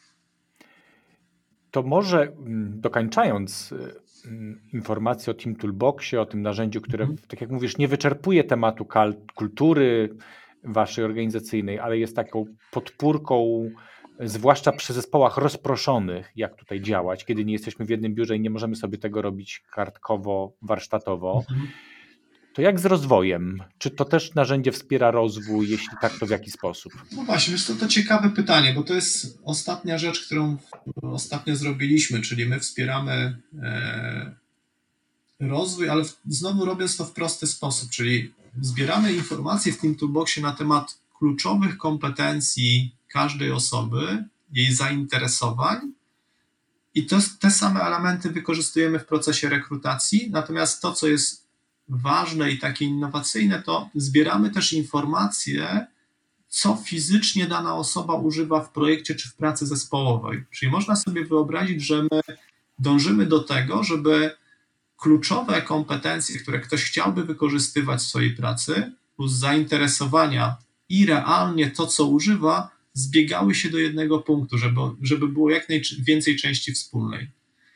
To może dokończając informację o Team Toolboxie, o tym narzędziu, które, tak jak mówisz, nie wyczerpuje tematu kultury waszej organizacyjnej, ale jest taką podpórką zwłaszcza przy zespołach rozproszonych, jak tutaj działać, kiedy nie jesteśmy w jednym biurze i nie możemy sobie tego robić kartkowo, warsztatowo. To jak z rozwojem? Czy to też narzędzie wspiera rozwój? Jeśli tak, to w jaki sposób? No właśnie, wiesz, to ciekawe pytanie, bo to jest ostatnia rzecz, którą ostatnio zrobiliśmy, czyli my wspieramy rozwój, ale znowu robiąc to w prosty sposób, czyli zbieramy informacje w Team Toolboxie na temat kluczowych kompetencji każdej osoby, jej zainteresowań i te same elementy wykorzystujemy w procesie rekrutacji, natomiast to, co jest ważne i takie innowacyjne, to zbieramy też informacje, co fizycznie dana osoba używa w projekcie czy w pracy zespołowej. Czyli można sobie wyobrazić, że my dążymy do tego, żeby kluczowe kompetencje, które ktoś chciałby wykorzystywać w swojej pracy, plus zainteresowania i realnie to, co używa, zbiegały się do jednego punktu, żeby było jak najwięcej części wspólnej.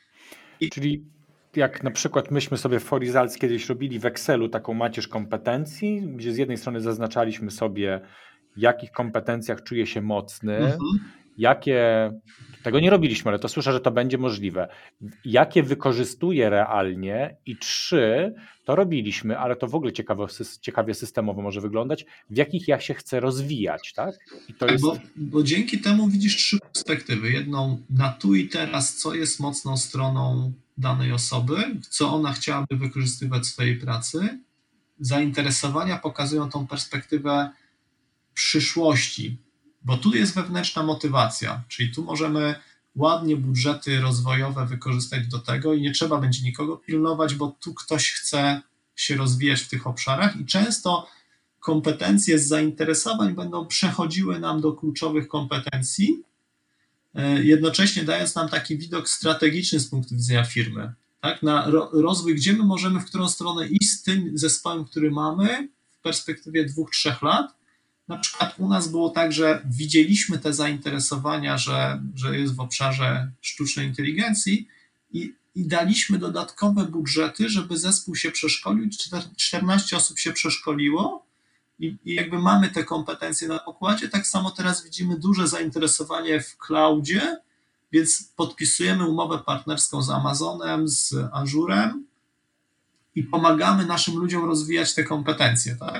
Czyli jak na przykład myśmy sobie w ForResults kiedyś robili w Excelu taką macierz kompetencji, gdzie z jednej strony zaznaczaliśmy sobie, w jakich kompetencjach czuje się mocny, jakie, tego nie robiliśmy, ale to słyszę, że to będzie możliwe, jakie wykorzystuje realnie i 3, to robiliśmy, ale to w ogóle ciekawie systemowo może wyglądać, w jakich ja się chcę rozwijać, tak? I to jest... bo dzięki temu widzisz 3 perspektywy. Jedną na tu i teraz, co jest mocną stroną danej osoby, co ona chciałaby wykorzystywać w swojej pracy. Zainteresowania pokazują tą perspektywę przyszłości, bo tu jest wewnętrzna motywacja, czyli tu możemy ładnie budżety rozwojowe wykorzystać do tego i nie trzeba będzie nikogo pilnować, bo tu ktoś chce się rozwijać w tych obszarach i często kompetencje z zainteresowań będą przechodziły nam do kluczowych kompetencji, jednocześnie dając nam taki widok strategiczny z punktu widzenia firmy, tak? Na rozwój, gdzie my możemy, w którą stronę iść z tym zespołem, który mamy w perspektywie 2-3 lat. Na przykład u nas było tak, że widzieliśmy te zainteresowania, że jest w obszarze sztucznej inteligencji i daliśmy dodatkowe budżety, żeby zespół się przeszkolił, 14 osób się przeszkoliło i jakby mamy te kompetencje na pokładzie. Tak samo teraz widzimy duże zainteresowanie w cloudzie, więc podpisujemy umowę partnerską z Amazonem, z Azurem i pomagamy naszym ludziom rozwijać te kompetencje, tak?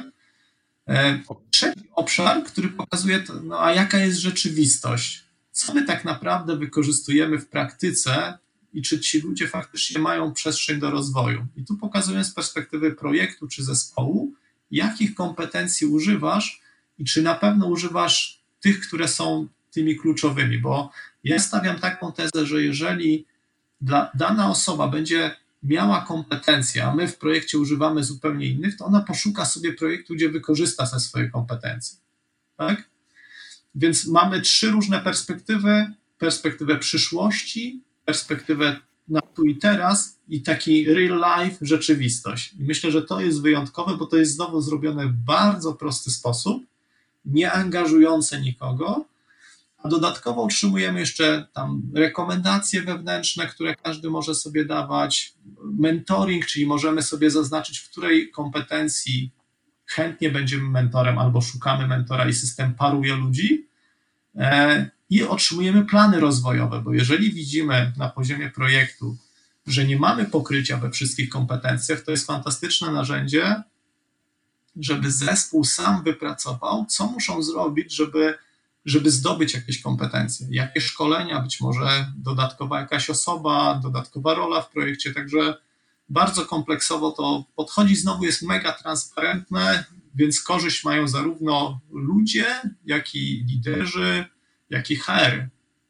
Trzeci obszar, który pokazuje, a jaka jest rzeczywistość, co my tak naprawdę wykorzystujemy w praktyce i czy ci ludzie faktycznie mają przestrzeń do rozwoju. I tu pokazuję z perspektywy projektu czy zespołu, jakich kompetencji używasz i czy na pewno używasz tych, które są tymi kluczowymi, bo ja stawiam taką tezę, że jeżeli dana osoba będzie miała kompetencje, a my w projekcie używamy zupełnie innych, to ona poszuka sobie projektu, gdzie wykorzysta te swoje kompetencje. Tak? Więc mamy 3 różne perspektywy. Perspektywę przyszłości, perspektywę na tu i teraz i taki real life, rzeczywistość. I myślę, że to jest wyjątkowe, bo to jest znowu zrobione w bardzo prosty sposób, nie angażujące nikogo, a dodatkowo otrzymujemy jeszcze tam rekomendacje wewnętrzne, które każdy może sobie dawać, mentoring, czyli możemy sobie zaznaczyć, w której kompetencji chętnie będziemy mentorem albo szukamy mentora i system paruje ludzi i otrzymujemy plany rozwojowe, bo jeżeli widzimy na poziomie projektu, że nie mamy pokrycia we wszystkich kompetencjach, to jest fantastyczne narzędzie, żeby zespół sam wypracował, co muszą zrobić, żeby zdobyć jakieś kompetencje, jakie szkolenia, być może dodatkowa jakaś osoba, dodatkowa rola w projekcie, także bardzo kompleksowo to podchodzi, znowu jest mega transparentne, więc korzyść mają zarówno ludzie, jak i liderzy, jak i HR.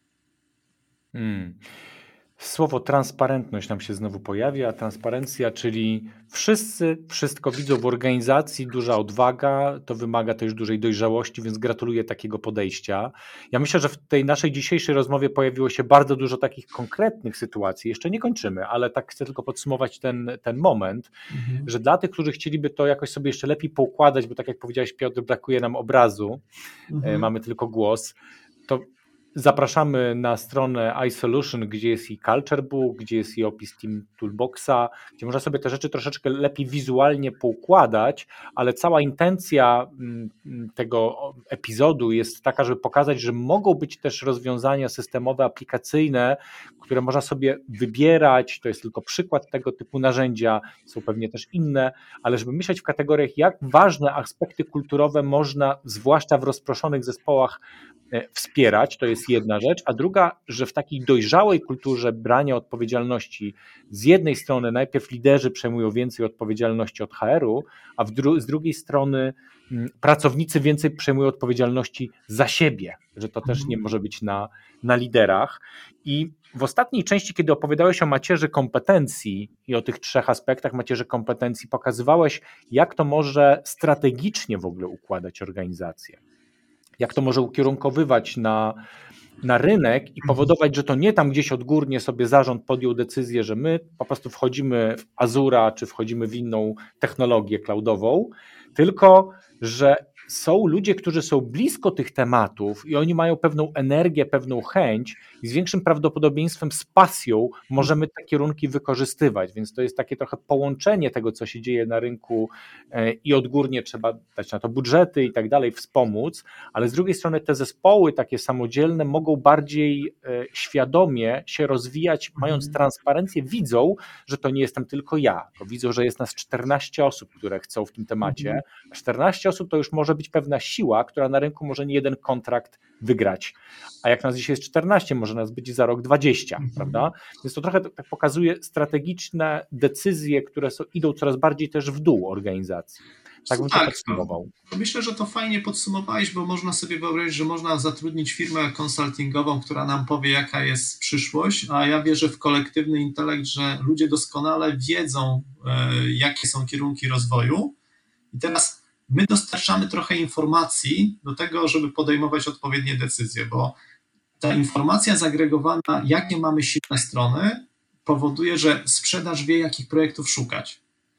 Słowo transparentność nam się znowu pojawia, transparencja, czyli wszyscy wszystko widzą w organizacji, duża odwaga, to wymaga też dużej dojrzałości, więc gratuluję takiego podejścia. Ja myślę, że w tej naszej dzisiejszej rozmowie pojawiło się bardzo dużo takich konkretnych sytuacji, jeszcze nie kończymy, ale tak chcę tylko podsumować ten moment, że dla tych, którzy chcieliby to jakoś sobie jeszcze lepiej poukładać, bo tak jak powiedziałeś, Piotr, brakuje nam obrazu, mamy tylko głos, to zapraszamy na stronę iSolution, gdzie jest i Culture Book, gdzie jest i opis Team Toolboxa, gdzie można sobie te rzeczy troszeczkę lepiej wizualnie poukładać, ale cała intencja tego epizodu jest taka, żeby pokazać, że mogą być też rozwiązania systemowe, aplikacyjne, które można sobie wybierać. To jest tylko przykład tego typu narzędzia, są pewnie też inne, ale żeby myśleć w kategoriach, jak ważne aspekty kulturowe można, zwłaszcza w rozproszonych zespołach, wspierać, to jest jedna rzecz, a druga, że w takiej dojrzałej kulturze brania odpowiedzialności z jednej strony najpierw liderzy przejmują więcej odpowiedzialności od HR-u, a z drugiej strony pracownicy więcej przejmują odpowiedzialności za siebie, że to też nie może być na liderach. I w ostatniej części, kiedy opowiadałeś o macierzy kompetencji i o tych 3 aspektach macierzy kompetencji, pokazywałeś, jak to może strategicznie w ogóle układać organizację. Jak to może ukierunkowywać na rynek i powodować, że to nie tam gdzieś odgórnie sobie zarząd podjął decyzję, że my po prostu wchodzimy w Azura czy wchodzimy w inną technologię cloudową, tylko że są ludzie, którzy są blisko tych tematów i oni mają pewną energię, pewną chęć i z większym prawdopodobieństwem z pasją możemy te kierunki wykorzystywać, więc to jest takie trochę połączenie tego, co się dzieje na rynku i odgórnie trzeba dać na to budżety i tak dalej, wspomóc, ale z drugiej strony te zespoły takie samodzielne mogą bardziej świadomie się rozwijać, mając transparencję, widzą, że to nie jestem tylko ja, to widzą, że jest nas 14 osób, które chcą w tym temacie, a 14 osób to już może być pewna siła, która na rynku może nie jeden kontrakt wygrać, a jak nas dzisiaj jest 14, może nas być za rok 20, prawda? Więc to trochę tak pokazuje strategiczne decyzje, które idą coraz bardziej też w dół organizacji. Tak bym to podsumował. Myślę, że to fajnie podsumowałeś, bo można sobie wyobrazić, że można zatrudnić firmę konsultingową, która nam powie, jaka jest przyszłość, a ja wierzę w kolektywny intelekt, że ludzie doskonale wiedzą, jakie są kierunki rozwoju i teraz my dostarczamy trochę informacji do tego, żeby podejmować odpowiednie decyzje, bo ta informacja zagregowana, jakie mamy silne strony, powoduje, że sprzedaż wie, jakich projektów szukać.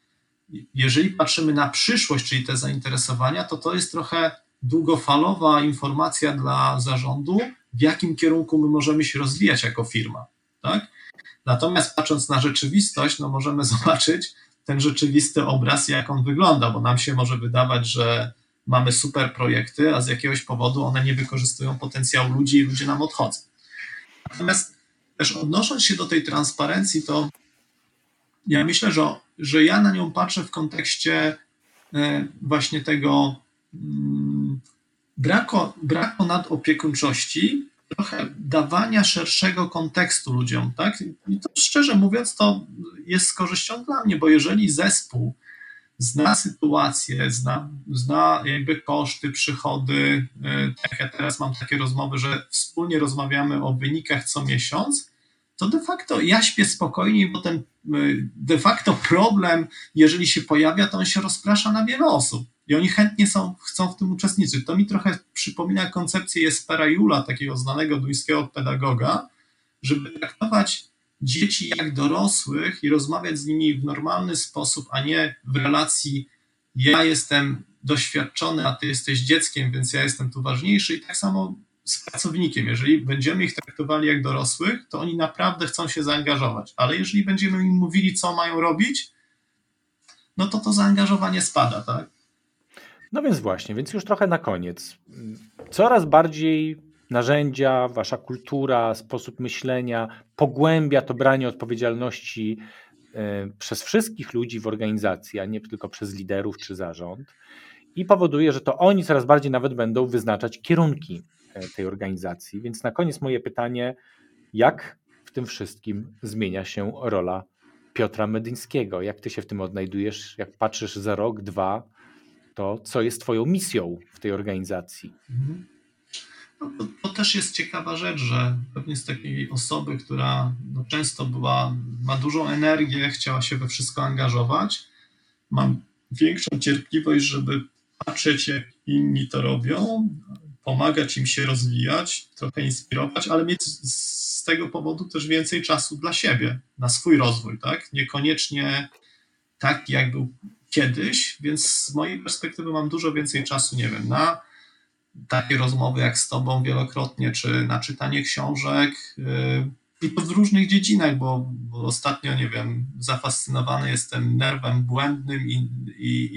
Jeżeli patrzymy na przyszłość, czyli te zainteresowania, to jest trochę długofalowa informacja dla zarządu, w jakim kierunku my możemy się rozwijać jako firma. Tak? Natomiast patrząc na rzeczywistość, możemy zobaczyć ten rzeczywisty obraz, jak on wygląda, bo nam się może wydawać, że mamy super projekty, a z jakiegoś powodu one nie wykorzystują potencjału ludzi i ludzie nam odchodzą. Natomiast też odnosząc się do tej transparencji, to ja myślę, że ja na nią patrzę w kontekście właśnie tego braku nadopiekuńczości, trochę dawania szerszego kontekstu ludziom, tak? I to szczerze mówiąc, to jest z korzyścią dla mnie, bo jeżeli zespół zna sytuację, zna jakby koszty, przychody, tak ja teraz mam takie rozmowy, że wspólnie rozmawiamy o wynikach co miesiąc, to de facto ja śpię spokojniej, bo ten de facto problem, jeżeli się pojawia, to on się rozprasza na wiele osób i oni chętnie chcą w tym uczestniczyć. To mi trochę przypomina koncepcję Jespera Juula, takiego znanego duńskiego pedagoga, żeby traktować dzieci jak dorosłych i rozmawiać z nimi w normalny sposób, a nie w relacji ja jestem doświadczony, a ty jesteś dzieckiem, więc ja jestem tu ważniejszy i tak samo z pracownikiem. Jeżeli będziemy ich traktowali jak dorosłych, to oni naprawdę chcą się zaangażować, ale jeżeli będziemy im mówili, co mają robić, no to zaangażowanie spada, tak? No więc właśnie, więc już trochę na koniec. Coraz bardziej narzędzia, wasza kultura, sposób myślenia pogłębia to branie odpowiedzialności przez wszystkich ludzi w organizacji, a nie tylko przez liderów czy zarząd i powoduje, że to oni coraz bardziej nawet będą wyznaczać kierunki tej organizacji. Więc na koniec moje pytanie, jak w tym wszystkim zmienia się rola Piotra Medyńskiego? Jak ty się w tym odnajdujesz? Jak patrzysz za rok, 2, to co jest twoją misją w tej organizacji? No, to też jest ciekawa rzecz, że pewnie z takiej osoby, która często ma dużą energię, chciała się we wszystko angażować, mam większą cierpliwość, żeby patrzeć, jak inni to robią, pomagać im się rozwijać, trochę inspirować, ale mieć z tego powodu też więcej czasu dla siebie, na swój rozwój, tak? Niekoniecznie taki, jak był kiedyś, więc z mojej perspektywy mam dużo więcej czasu, nie wiem, na takie rozmowy jak z tobą wielokrotnie, czy na czytanie książek i to w różnych dziedzinach, bo ostatnio, nie wiem, zafascynowany jestem nerwem błędnym i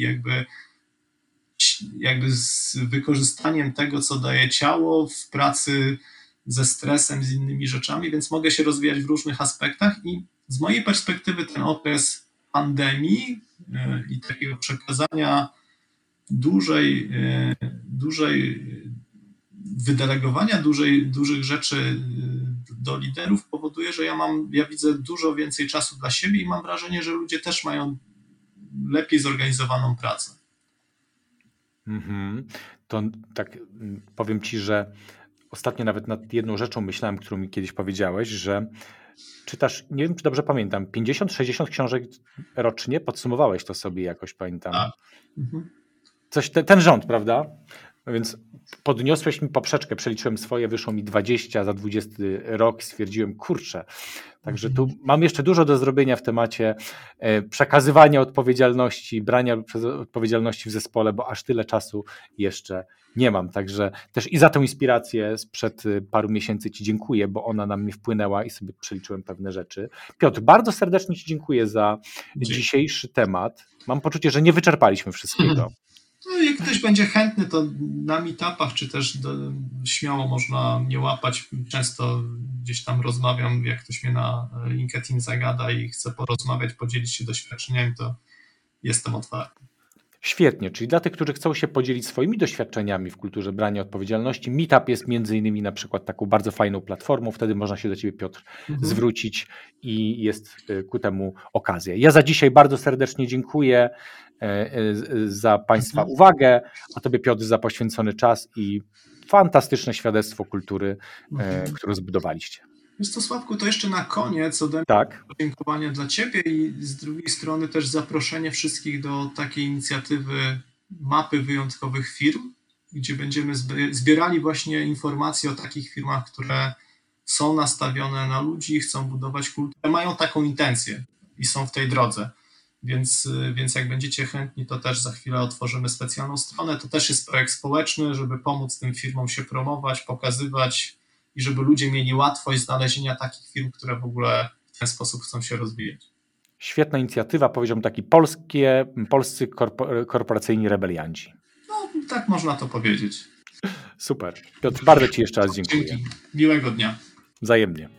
jakby z wykorzystaniem tego, co daje ciało w pracy ze stresem, z innymi rzeczami, więc mogę się rozwijać w różnych aspektach i z mojej perspektywy ten okres pandemii i takiego przekazania dużej wydelegowania dużych rzeczy do liderów powoduje, że ja widzę dużo więcej czasu dla siebie i mam wrażenie, że ludzie też mają lepiej zorganizowaną pracę. To tak powiem ci, że ostatnio nawet nad jedną rzeczą myślałem, którą mi kiedyś powiedziałeś, że czytasz, nie wiem czy dobrze pamiętam, 50-60 książek rocznie, podsumowałeś to sobie jakoś, pamiętam. Tak. Coś ten rząd, prawda? No więc podniosłeś mi poprzeczkę, przeliczyłem swoje, wyszło mi 20 za 20 rok, stwierdziłem, kurczę. Także tu mam jeszcze dużo do zrobienia w temacie przekazywania odpowiedzialności, brania odpowiedzialności w zespole, bo aż tyle czasu jeszcze nie mam. Także też i za tę inspirację sprzed paru miesięcy ci dziękuję, bo ona na mnie wpłynęła i sobie przeliczyłem pewne rzeczy. Piotr, bardzo serdecznie ci dziękuję za dzisiejszy temat. Mam poczucie, że nie wyczerpaliśmy wszystkiego. No, jak ktoś będzie chętny, to na meetupach, czy też śmiało można mnie łapać. Często gdzieś tam rozmawiam, jak ktoś mnie na LinkedIn zagada i chce porozmawiać, podzielić się doświadczeniami, to jestem otwarty. Świetnie, czyli dla tych, którzy chcą się podzielić swoimi doświadczeniami w kulturze brania odpowiedzialności, Meetup jest między innymi na przykład taką bardzo fajną platformą, wtedy można się do ciebie, Piotr, zwrócić i jest ku temu okazja. Ja za dzisiaj bardzo serdecznie dziękuję za Państwa uwagę, a tobie, Piotr, za poświęcony czas i fantastyczne świadectwo kultury, które zbudowaliście. Wiesz co, Sławku, to jeszcze na koniec ode mnie podziękowania dla ciebie i z drugiej strony też zaproszenie wszystkich do takiej inicjatywy mapy wyjątkowych firm, gdzie będziemy zbierali właśnie informacje o takich firmach, które są nastawione na ludzi, chcą budować kulturę, mają taką intencję i są w tej drodze. Więc jak będziecie chętni, to też za chwilę otworzymy specjalną stronę. To też jest projekt społeczny, żeby pomóc tym firmom się promować, pokazywać i żeby ludzie mieli łatwość znalezienia takich firm, które w ogóle w ten sposób chcą się rozwijać. Świetna inicjatywa, powiedziałbym taki polscy korporacyjni rebelianci. No, tak można to powiedzieć. Super. Piotr, bardzo ci jeszcze raz dziękuję. Dzięki. Miłego dnia. Wzajemnie.